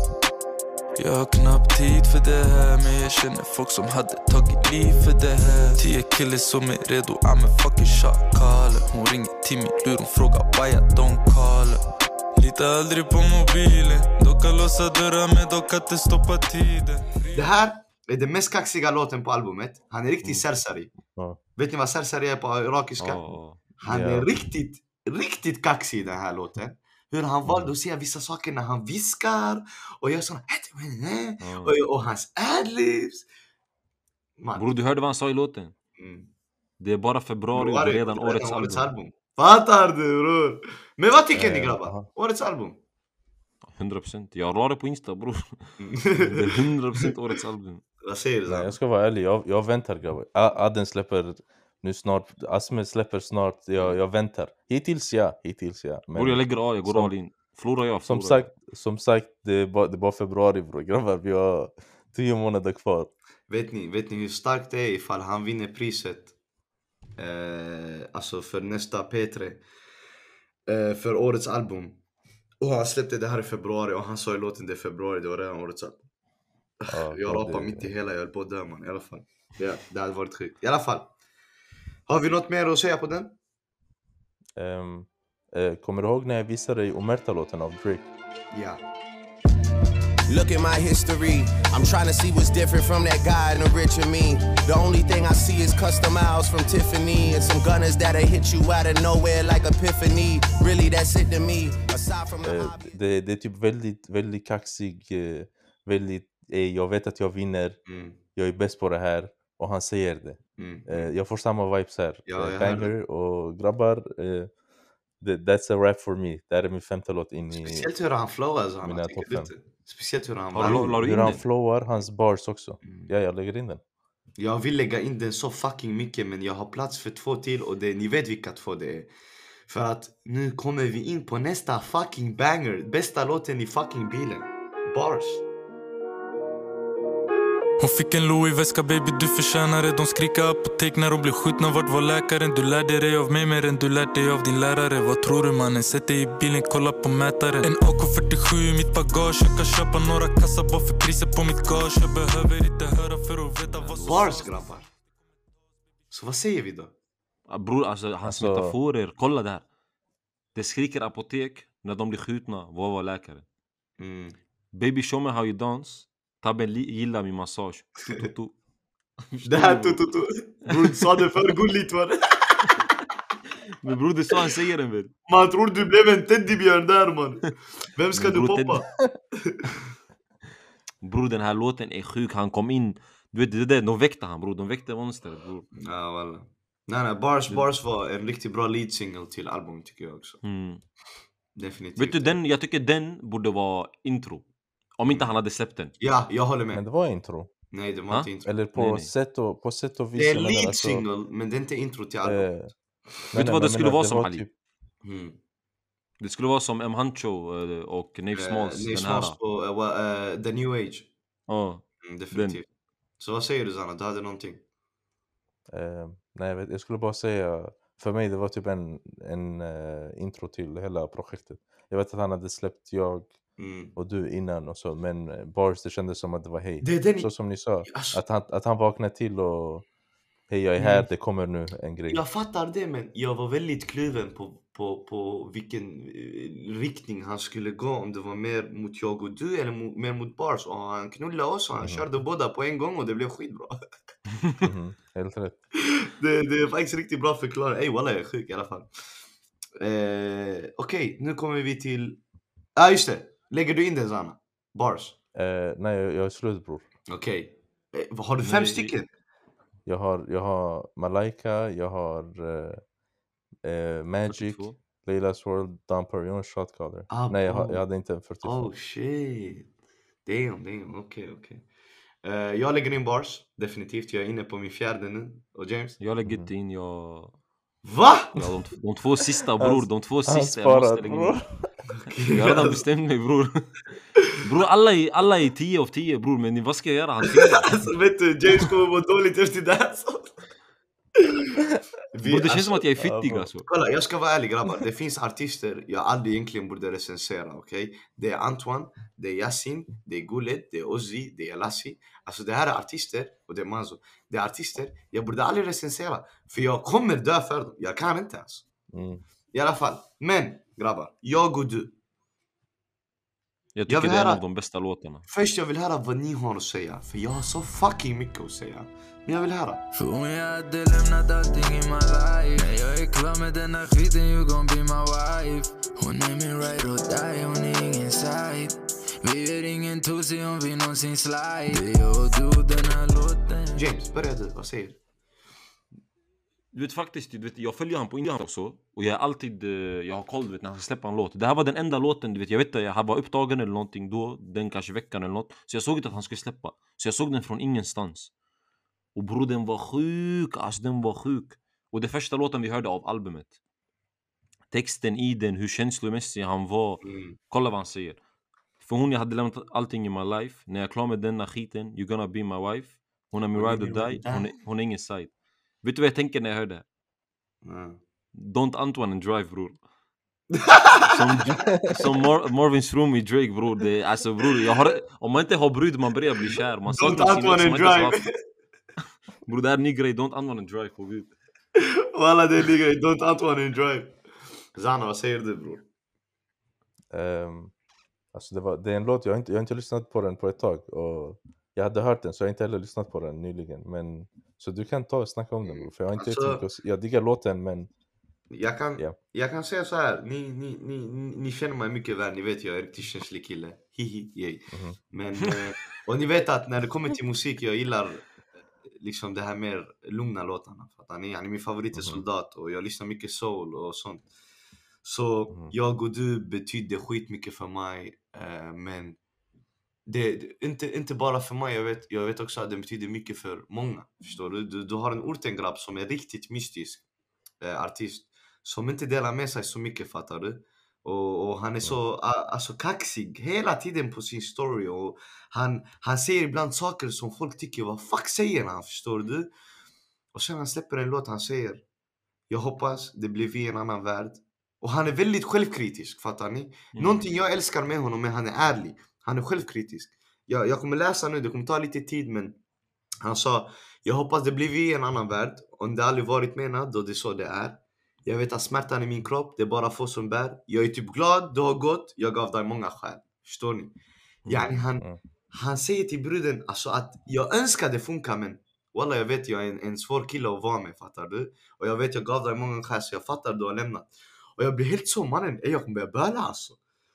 Jag har knappt tid för det här, men jag känner folk som hade tagit liv för det här. Tio killar som är redo, I'm a fucking shot caller. Hon ringer till min lur, hon frågar why I don't call her. Lita aldrig på mobilen, de kan låsa dörrar men de kan inte stoppa tiden. Det här är den mest kaxiga låten på albumet. Han är riktigt sersari. Ja. Vet ni vad sersari är på irakiska? Ja. Han Ja. är riktigt, riktigt kaxig i den här låten. Hur han valde att säga vissa saker när han viskar och gör såna Ja. och, och hans adlibs. Man. Bror, du hörde vad han sa i låten? Mm. Det är bara februari och det är redan årets album. Fattar du, bror? Men vad tycker ni, Eh, grabbar? aha. Årets album? hundra procent. Jag la det på Insta, bror. Det är hundra procent årets album. Vad säger du? Nej, Zan? jag ska vara ärlig, jag, jag väntar, grabbar. A- Aden släpper nu snart, Asmed släpper snart, jag, jag väntar. Hittills ja, hittills ja. Men Bror, jag lägger av, jag går som- all in. Förlorar jag, som förlorar sagt, som sagt det, är bara, det är bara februari, bror. Grabbar, vi har tio månader kvar. Vet ni, vet ni hur starkt det är ifall han vinner priset? Eh, alltså för nästa P tre. Eh, för årets album. Och han släppte det här i februari och han sa i låten det är februari, det var redan årets album. Ja, Jag det- rapade mitt i hela, jag höll på att dö, man, i alla fall. Ja, det hade varit sjukt. I alla fall. Har vi något mer att säga på den? Ehm, eh, kommer du ihåg när jag visade dig Omerta-låten av Drake? Ja. Look at my history. I'm trying to see what's different from that guy in the rich and me. The only thing I see is custom miles from Tiffany and some gunners that'll hit you out of nowhere like epiphany. Really, that's it to me. Aside from the Eh, hobby. det, det är typ väldigt, väldigt kaxig, eh, väldigt, eh, jag vet att jag vinner, Mm, jag är bäst på det här, och han säger det. mm. Eh, jag får samma vibes här. Ja, Eh, jag hör Banger och grabbar, eh, That's a rap for me. Det är min femte låt in i Speciellt hur han flowar, så mina han topp tycker fem. inte. Speciellt hur han Har du- var. la du Hur in han den? flowar, hans bars också. Mm. Ja, jag lägger in den. Jag vill lägga in den så fucking mycket, men jag har plats för två till och det, ni vet vilka två det är. För att nu kommer vi in på nästa fucking banger. Bästa låten i fucking bilen. Bars. Hon fick en Louis-väska, baby du förtjänar det. De skriker apotek när de blir skjutna. Vart var läkaren? Du lärde dig av mig mer än du lärde dig av din lärare. Vad tror du mannen? Sätt dig i bilen, kolla på mätaren. En A K fyrtiosju i mitt bagage. Jag kan köpa några kassar bara för priset på mitt gage. Jag behöver inte höra för att veta vad som Bars, grabbar. Så vad säger vi då? Ja, bror, alltså hans Alltså- metaforer, kolla där. Det skriker apotek när de blir skjutna. Vad var läkaren? Mm. Baby show me how you dance. Tabben li- gillar min massage. Tututu. Det här tututu. Bror, du sa det för gulligt, va? Men bror, det är så han säger den väl? Man tror du blev en teddybjörn där, man. Vem ska Men du bror, poppa? Bror, den här låten är sjuk. Han kom in. Du vet, det där, de väckte han bror. De väckte monstret bror. Ja, walla. Nej, nej, Bars, Bars var en riktigt bra lead single till album, tycker jag också. Mm. Definitivt. Vet du, den, jag tycker den borde vara intro. Om inte han hade släppt den. Ja, jag håller Men med. det var intro. Nej, det var Ha? inte intro. Eller på, Nej, nej. Sätt, och, på sätt och vis. Det är jag menar, lead alltså, single, men det är inte intro till album. eh, nej, Vet nej, du vad men det skulle menar, vara som, var Ali? typ- Mm. Det skulle vara som M. Huncho eh, och Nave Smalls. Eh, den Nate här. Smalls på uh, well, uh, The New Age. Ja. Mm, definitivt. Så vad säger du, Zanna? Du hade någonting? Eh, nej, jag, vet, jag skulle bara säga, för mig det var typ en, en eh, intro till hela projektet. Jag vet att han hade släppt jag Mm. och du innan och så, men eh, Bars, det kändes som att det var hej. Det är den... Så som ni sa, Alltså, att han, att han vaknade till och hej, jag är här, Mm. det kommer nu en grej. jag fattar det, men jag var väldigt kluven på, på, på vilken eh, riktning han skulle gå. Om det var mer mot jag och du eller mo- mer mot Bars. Och han knullade oss och han Mhm. körde båda på en gång och det blev skitbra. Mhm, helt rätt. det, det är faktiskt riktigt bra förklarat. Ey, wallah, jag är sjuk i alla fall. Eh, Okej, okay, nu kommer vi till... Ja, ah, just det. Lägger du in den, Zanna? Bars. Eh, nej, jag, jag är slut bror. Okej. Okay. Eh, har du fem Nej, stycken? Jag har, jag har Malaika, jag har eh, eh, Magic, fyrtiotvå. Layla's World, Dumper, jag har en Shotcaller. Ah, Nej, jag, har, bro. jag hade inte en fyrtiotvå. Oh shit. Damn, damn. Okej, okay, okej. Okay. Uh, jag lägger in Bars. Definitivt. Jag är inne på min fjärde nu. Och James? Jag lägger Mhm. inte in, jag... Va? Ja, de, de två sista Han- bror, de två Han sista jag måste sparar lägga in. bror. Jag har redan bestämt mig bror. Bror, alla är, alla är tio av tio bror, men vad ska jag göra? Han tvingar. Alltså vet du, James kommer må dåligt efter det här. Så. Vi, Bror, det känns alltså, som att jag är ja, fittig bro. alltså. kolla, jag ska vara ärlig grabbar. Det finns artister jag aldrig egentligen borde recensera, okej? Okay? Det är Antoine, det är Yasin, det är Gullet, det är Ozzy, det är Lassi. Alltså det här är artister, och det är Manzo. Det är artister jag borde aldrig recensera. För jag kommer dö för dem. Jag kan inte alltså. Mm. I alla fall. Men grabbar, jag och du. Jag Jag tycker vill det är en höra- av de bästa låtarna. Först jag vill höra vad ni har att säga. För jag har så fucking mycket att säga. Men jag vill höra. För om jag hade lämnat allting i my life. När jag är klar med den här skiten, you gon' be my wife. Hon är min ride or die, hon är ingen side. Vi är ingen tosi om vi någonsin slide. Det är jag och du, den här låten. James, börja du. Vad säger du? Du vet faktiskt, du vet, jag följer han på Instagram också. Och jag är alltid, eh, jag har koll du vet, när han släpper en låt. Det här var den enda låten, du vet, jag vet att jag var upptagen eller någonting då. Den kanske veckan eller något. Så jag såg inte att han skulle släppa. Så jag såg den från ingenstans. Och bror, den var sjuk, alltså den var sjuk. Och det första låten vi hörde av albumet. Texten i den, hur känslomässig han var. Mm. Kolla vad han säger. För hon, jag hade lämnat allting i my life. När jag är klar med denna skiten, you're gonna be my wife. Hon är min ride or die, hon är, hon är ingen side. Vet du vad jag tänker när jag hör det? Mm. Don't Antoine and drive bror. Som, som Mar- Marvin Stroom i Drake bror. Det, alltså bror, jag har, om man inte har brud man börjar bli kär. Man Don't saknar sin Antoine ex, and man inte drive. har- Bror, det är en ny grej. Don't Antoine and drive på gud. Walla, det ligger i Don't Antoine and drive. Zana, vad säger du bror? Ehm, alltså det, var, det är en låt, jag har, inte, jag har inte lyssnat på den på ett tag. Och jag hade hört den så jag har inte heller lyssnat på den nyligen. Men, så du kan ta och snacka om den bror. För jag har inte Alltså- jättemycket att s- jag diggar låten men Jag kan, Ja. jag kan säga så här. Ni, ni, ni, ni, ni känner mig mycket väl. Ni vet jag är en riktigt känslig kille. Hihi, yay. Mhm. Men, eh, och ni vet att när det kommer till musik, jag gillar eh, liksom det här mer lugna låtarna. Fattar ni? Yani min favorit är Mhm. Soldat och jag lyssnar mycket soul och sånt. Så Mm. jag och du betydde skitmycket för mig. Eh, men det, det, inte, inte bara för mig, jag vet, jag vet också att det betyder mycket för många. Förstår du? Du, du har en ortengrabb som är riktigt mystisk eh, artist. Som inte delar med sig så mycket, fattar du? Och, och han är så a, alltså kaxig hela tiden på sin story. Och han, han säger ibland saker som folk tycker, vad fuck säger han, förstår du? Och sen han släpper en låt, han säger, jag hoppas det blir vi en annan värld. Och han är väldigt självkritisk, fattar ni? Mm. Någonting jag älskar med honom är han är ärlig. Han är självkritisk. Jag, jag kommer läsa nu, det kommer ta lite tid, men han sa, jag hoppas det blir vi en annan värld. Om det aldrig varit menat, då det är så det är. Jag vet att smärtan i min kropp, det är bara få som bär. Jag är typ glad, du har gått, jag gav dig många skäl. Förstår ni? Yani han, Mm. han säger till bruden alltså att jag önskar det funkar, men wallah, jag vet jag är en, en svår kille att vara med, fattar du? Och jag vet jag gav dig många skäl, så jag fattar du har lämnat. Och jag blir helt så, mannen, jag kommer börja böla alltså.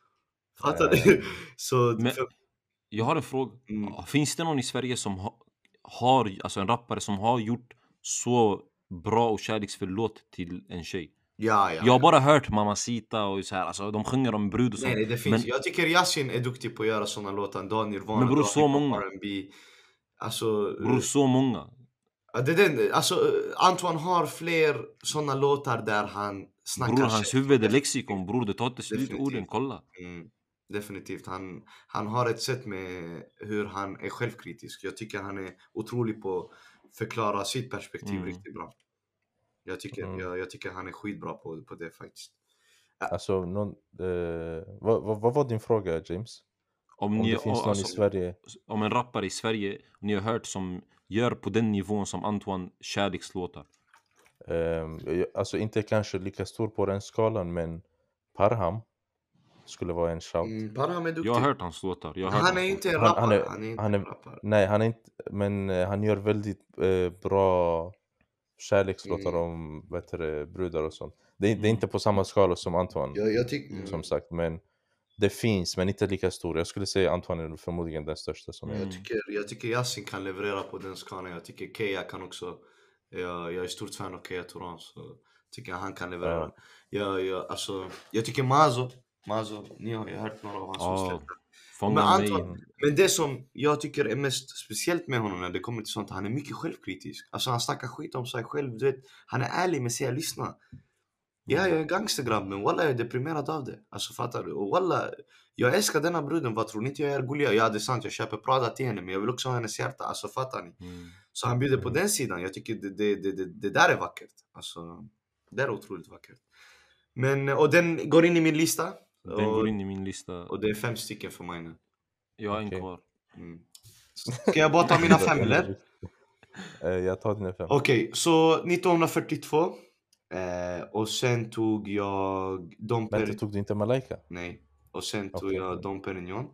Fattar Ja, du? Så Men för, jag har en fråga. Mm. Finns det någon i Sverige som ha, har, alltså en rappare som har gjort så bra och kärleksfull låt till en tjej? ja, ja. Jag har bara hört Mamacita och så här, alltså de sjunger om brud och sånt. Nej, nej, det finns. Men, Jag tycker Yasin är duktig på att göra såna låtar. Dan Nirvana, Men bror, Dan så hiphop, många. R and B. Alltså, bror, så många. ja, det är den, alltså, Antoine har fler såna låtar där han snackar. Bror, hans shit. huvud är lexikon, bror, det tar inte slut Definitivt. orden, kolla. Mm, definitivt. Han, han har ett sätt med hur han är självkritisk. Jag tycker han är otrolig på att förklara sitt perspektiv Mm. riktigt bra. Jag tycker, Mm. jag, jag tycker han är skitbra på, på det faktiskt. Alltså, någon, eh, vad, vad, vad var din fråga, James? Om, Om ni, det finns någon alltså, i Sverige? om en rappare i Sverige ni har hört som gör på den nivån som Antoine kärlekslåtar. Eh, jag- alltså inte kanske lika stor på den skalan, men Parham skulle vara en shout. Mm, Parham är duktig. Jag har hört hans låtar. Jag har hört Han hans är inte en Han- rappare. han är- Han är inte han är- en rappare. Nej, han är inte, men eh, han gör väldigt eh, bra kärlekslåtar Mm. om, vet du, det, brudar och sånt. Det, är- det är Mm. inte på samma skala som Antoine, Jag, jag tycker... som sagt, men det finns, men inte lika stor. Jag skulle säga Antoine är förmodligen den största som Mm. är. Jag tycker, jag tycker Yasin kan leverera på den skalan. Jag tycker Keya kan också. Jag, jag är stort fan av Keya Turan, så tycker jag han kan leverera. Ja. Jag, jag, alltså, jag tycker Mazo, Mazo, ni har ju hört några av hans Ja, släppta. Fånga Men mig. Antoine- Men det som jag tycker är mest speciellt med honom när det kommer till sånt, han är mycket självkritisk. Alltså han snackar skit om sig själv, du vet. Han är ärlig med sig, lyssna. Ja, jag är en gangstergrabb, men wallah jag är deprimerad av det. Alltså fattar du? Och wallah, jag älskar denna bruden, vad tror ni inte jag är gulliga? Ja, det är sant, jag köper Prada till henne, men jag vill också ha hennes hjärta. Alltså fattar ni? Mm. Så han bjuder på Mm. den sidan. Jag tycker det, det, det, det, det där är vackert. Alltså, det är otroligt vackert. Men, och den går in i min lista. Den och, går in i min lista. och det är fem stycken för mig nu. Jag har en Okej. kvar. Mm. Ska jag bara ta mina fem eller? Eh, jag tar dina fem. Okej, så nittonhundrafyrtiotvå. Eh, och sen tog jag Dom Vänta, Per... tog du inte Malaika? Nej. Och sen tog Okej. jag Dom Perignon.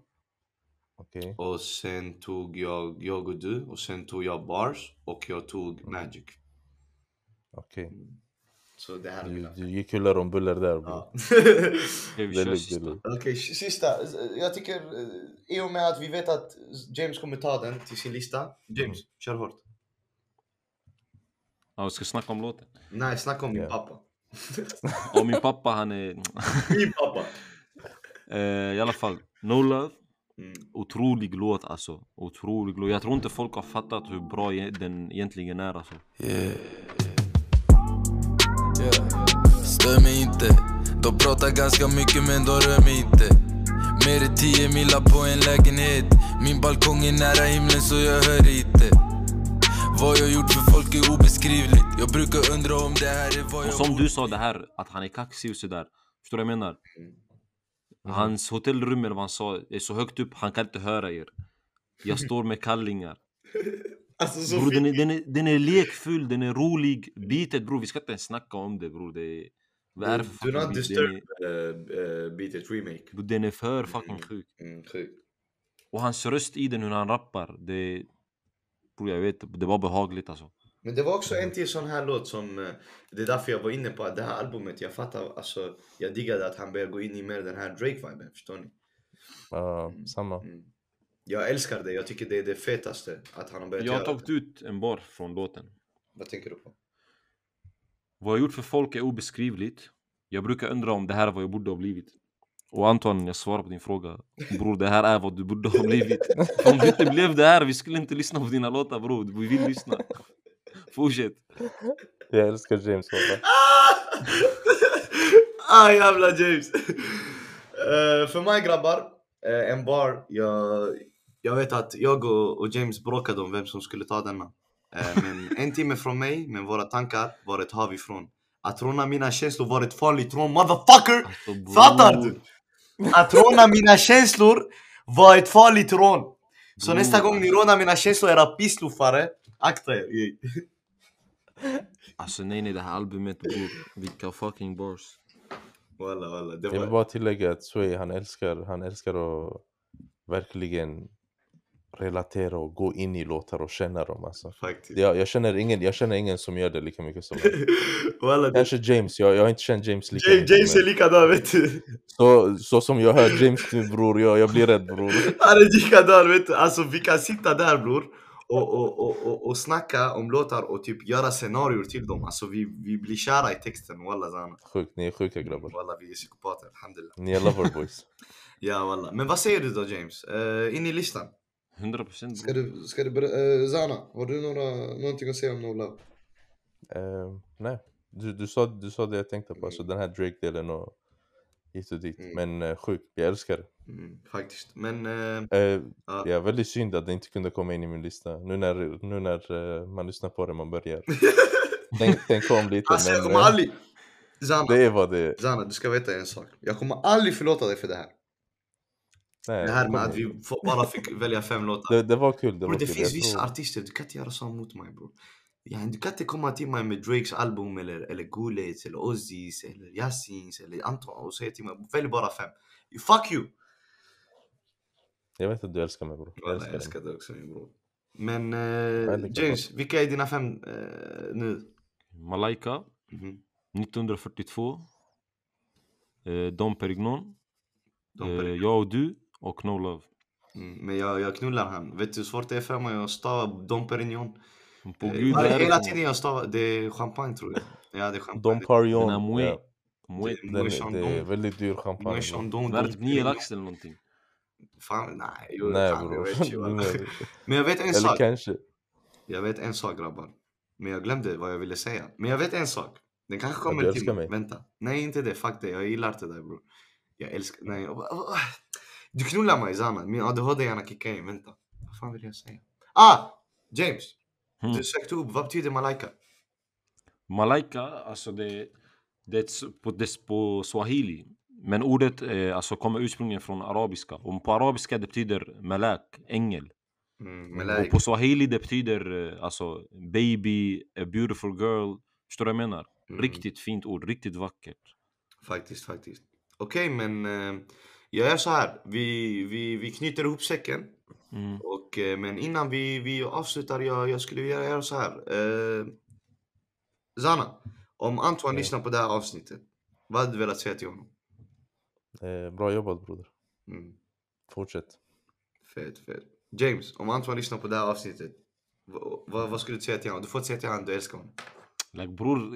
Okej. Och sen tog jag Jag och du. Och sen tog jag Bars. Och jag tog Mm. Magic. Okej. Så det här är Du, mina du gick huller om buller där, bro. Ja. Okej, vi Det är kör lugnt, sista. det är lugnt. Okej, sista. Jag tycker, eh, i och med att vi vet att James kommer ta den till sin lista. James, Mm. kör hårt. Ja, vi ska snacka om låten. Nej, snacka om min Ja. pappa. Och min pappa, han är... Min pappa. eh, I alla fall, No Love. Mm. Otrolig låt alltså. Otrolig låt. Jag tror inte folk har fattat hur bra e- den egentligen är alltså. Yeah. Yeah. Stör mig inte. De pratar ganska mycket men de rör mig inte. Mer än tio millar på en lägenhet. Min balkong är nära himlen så jag hör inte. Vad jag gjort för folk är obeskrivligt. Jag brukar undra om det här är vad Och jag som borde- du sa det här, att han är kaxig och sådär. Förstår du vad jag menar? Mm. Hans hotellrum eller vad han sa är så högt upp, han kan inte höra er. Jag står med kallingar. Alltså så Bror, den, är, fint. den, är, den är lekfull, den är rolig. Beatet bror, vi ska inte ens snacka om det bror. Det är, vad är det för Do fucking not beat? Den disturb är, uh, uh, Beat It remake. bror, den är för fucking sjuk. Mm, sjukt. Och hans röst i den, hur han rappar, det... Bror, jag vet, det var behagligt alltså. Men det var också en till sån här låt som, eh, det är därför jag var inne på att det här albumet, jag fattar, alltså jag diggade att han började gå in i mer den här Drake-viben, förstår ni? Ja, samma. Mm. Jag älskar det, jag tycker det är det fetaste att han har börjat Jag har göra tagit det. ut en bar från låten. Vad tänker du på? Vad jag gjort för folk är obeskrivligt. Jag brukar undra om det här är vad jag borde ha blivit. Och Anton, jag svarar på din fråga. Bror, det här är vad du borde ha blivit. Om du inte blev det här, vi skulle inte lyssna på dina låtar, bror. Vi vill lyssna. Fortsätt. Jag älskar James walla. Ah jävla James. uh, För mig grabbar, uh, en bar, jag, jag vet att jag och, och James bråkade om vem som skulle ta denna. uh, Men en timme från mig, men våra tankar var ett hav ifrån. Att råna mina känslor var ett farligt rån, motherfucker! Alltså, Fattar du? Att råna mina känslor var ett farligt rån. Så Bror. nästa gång ni rånar mina känslor, era pisslofare, akta er. Alltså nej nej, det här albumet bror. Vilka fucking bars. Walla walla, det Jag vill var... bara tillägga att Sway, han älskar, han älskar att verkligen relatera och gå in i låtar och känna dem alltså. Faktiskt. Jag, jag, känner ingen, jag känner ingen som gör det lika mycket som han. Walla, det... Kanske James, jag, jag har inte känt James lika James, mycket. James är men likadan, vet du. så, så som jag hör James nu bror, jag, jag blir rädd bror. Han är likadan, vet du. Alltså vi kan sitta där bror och, och, och, och, och snacka om låtar och typ göra scenarier till dem. Alltså vi, vi blir kära i texten, walla zana. Sjukt, ni är sjuka grabbar. Walla vi är psykopater, alhamdulillah. Ni är loverboys. Ja walla, men vad säger du då James? Uh, in i listan. hundra procent Ska du, ska du uh, Zana, har du några, någonting att säga om No Love? uh, nej, du, du, sa, du sa det jag tänkte på, alltså den här Drake-delen och hit och dit. Mm. Men uh, sjukt, jag älskar det. Mm, faktiskt, men... Uh, Uh, ja. ja, väldigt synd att det inte kunde komma in i min lista. Nu när, nu när uh, man lyssnar på det, man börjar. den, den kom lite, Alltså jag men kommer uh, aldrig... Zana, det är vad det är. Zana, du ska veta en sak. Jag kommer aldrig förlåta dig för det här. Nej, Det här kom med att igen. vi f- bara fick välja fem låtar. det, det var kul, det Bro, var det kul. finns Jag vissa tror- artister, du kan inte göra så mot mig bro. Ja, du kan inte komma till mig med Drakes album eller, eller Gulets eller Ozzys eller Yassins eller Anton och säga till mig, välj bara fem. You, fuck you! Jag vet att du älskar mig bror. Jag Jag älskar dig. älskar det också min bror. Men Väldigt uh, bra. James, vilka är dina fem uh, nu? Malaika Mhm. nittonhundrafyrtiotvå. eh, Dom Perignon. De eh, per- Jag och du och No Love. mm, men jag, jag knullar han. Vet du hur svårt det är för mig att stava Dom Perignon? På Eh, gud, varje- det är hela det tiden jag stavar, det är champagne tror jag. Ja det är champagne. Dom Parion. Den här Moët. Ja, Moët. Det- den, Moët det är Dom. väldigt dyr champagne. Moët bror. Dom, Det är Dom typ nio Perignon. lax eller någonting. Fan, nej, jo, Nej fan, jag bror. vet ju, alla. Eller Men jag vet en sak. kanske. Jag vet en sak grabbar. Men jag glömde vad jag ville säga. Men jag vet en sak. Den kanske Att kommer du till älskar mig. mig. Vänta. Nej inte det, fuck det. Jag gillar inte dig bror. Jag älskar... Nej. Du knullar mig Zana. Min A D H D gärna kickar in. Vänta. Vad fan vill jag säga? Ah! James. Mm. Du sökte upp. Vad betyder Malaika? Malaika, alltså det, det är ett s- på, det, på swahili. Men ordet eh, alltså kommer ursprungligen från arabiska. Och på arabiska det betyder malak, ängel. Mm, Och Malaika. på swahili det betyder eh, alltså baby, a beautiful girl. Förstår du vad jag menar? Mm. Riktigt fint ord, riktigt vackert. Faktiskt, faktiskt. Okej, men... Eh, jag gör så här. Vi, vi, vi knyter ihop säcken. Mm. Och, eh, men innan vi, vi avslutar, jag, jag skulle vilja göra så här. Eh, Zana, om Antoine Ja. lyssnar på det här avsnittet, vad hade du velat säga till honom? Eh, bra jobbat broder. Mm, Fortsätt. fet, fet. James, om Antoine lyssnar på det här avsnittet, vad, vad, vad skulle du säga till honom? Du får inte säga till honom att du älskar honom. Like, bror,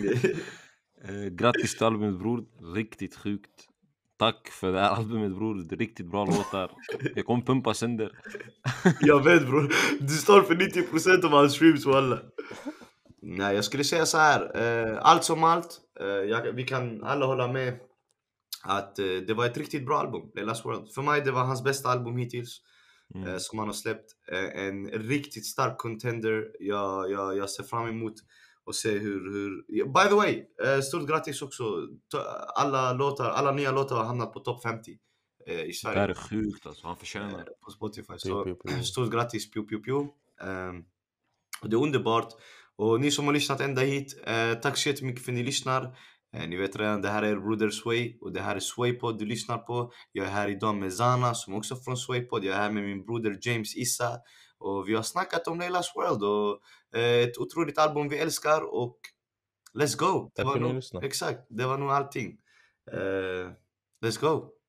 eh, grattis till albumet bror, riktigt sjukt. Tack för det här albumet bror, det är riktigt bra låtar. Jag kommer pumpa sönder. Jag vet bror, du står för nittio procent av hans streams walla. Nej, jag skulle säga så här. Eh, allt som allt, eh, jag, vi kan alla hålla med att eh, det var ett riktigt bra album, The Last World. För mig det var hans bästa album hittills Mm. eh, som han har släppt. Eh, en riktigt stark contender. Jag, jag, jag ser fram emot att se hur... hur... Ja, by the way, eh, stort grattis också. Ta- Alla, låtar, alla nya låtar har hamnat på topp femtio eh, i Det Sverige. här är sjukt alltså, han förtjänar det. På Spotify. Pew, Så pew, pew. stort grattis, pew, pew, pew. Um, och det är underbart. Och ni som har lyssnat ända hit, eh, tack så jättemycket för att ni lyssnar. Eh, ni vet redan, det här är Broder Sway och det här är Swaypod du lyssnar på. Jag är här idag med Zana som också är från Swaypod. Jag är här med min broder James Issa. Och vi har snackat om Laylas World och eh, ett otroligt album vi älskar och let's go. Det Tack var för att ni nog, lyssnade. exakt, det var nog allting. Eh, let's go.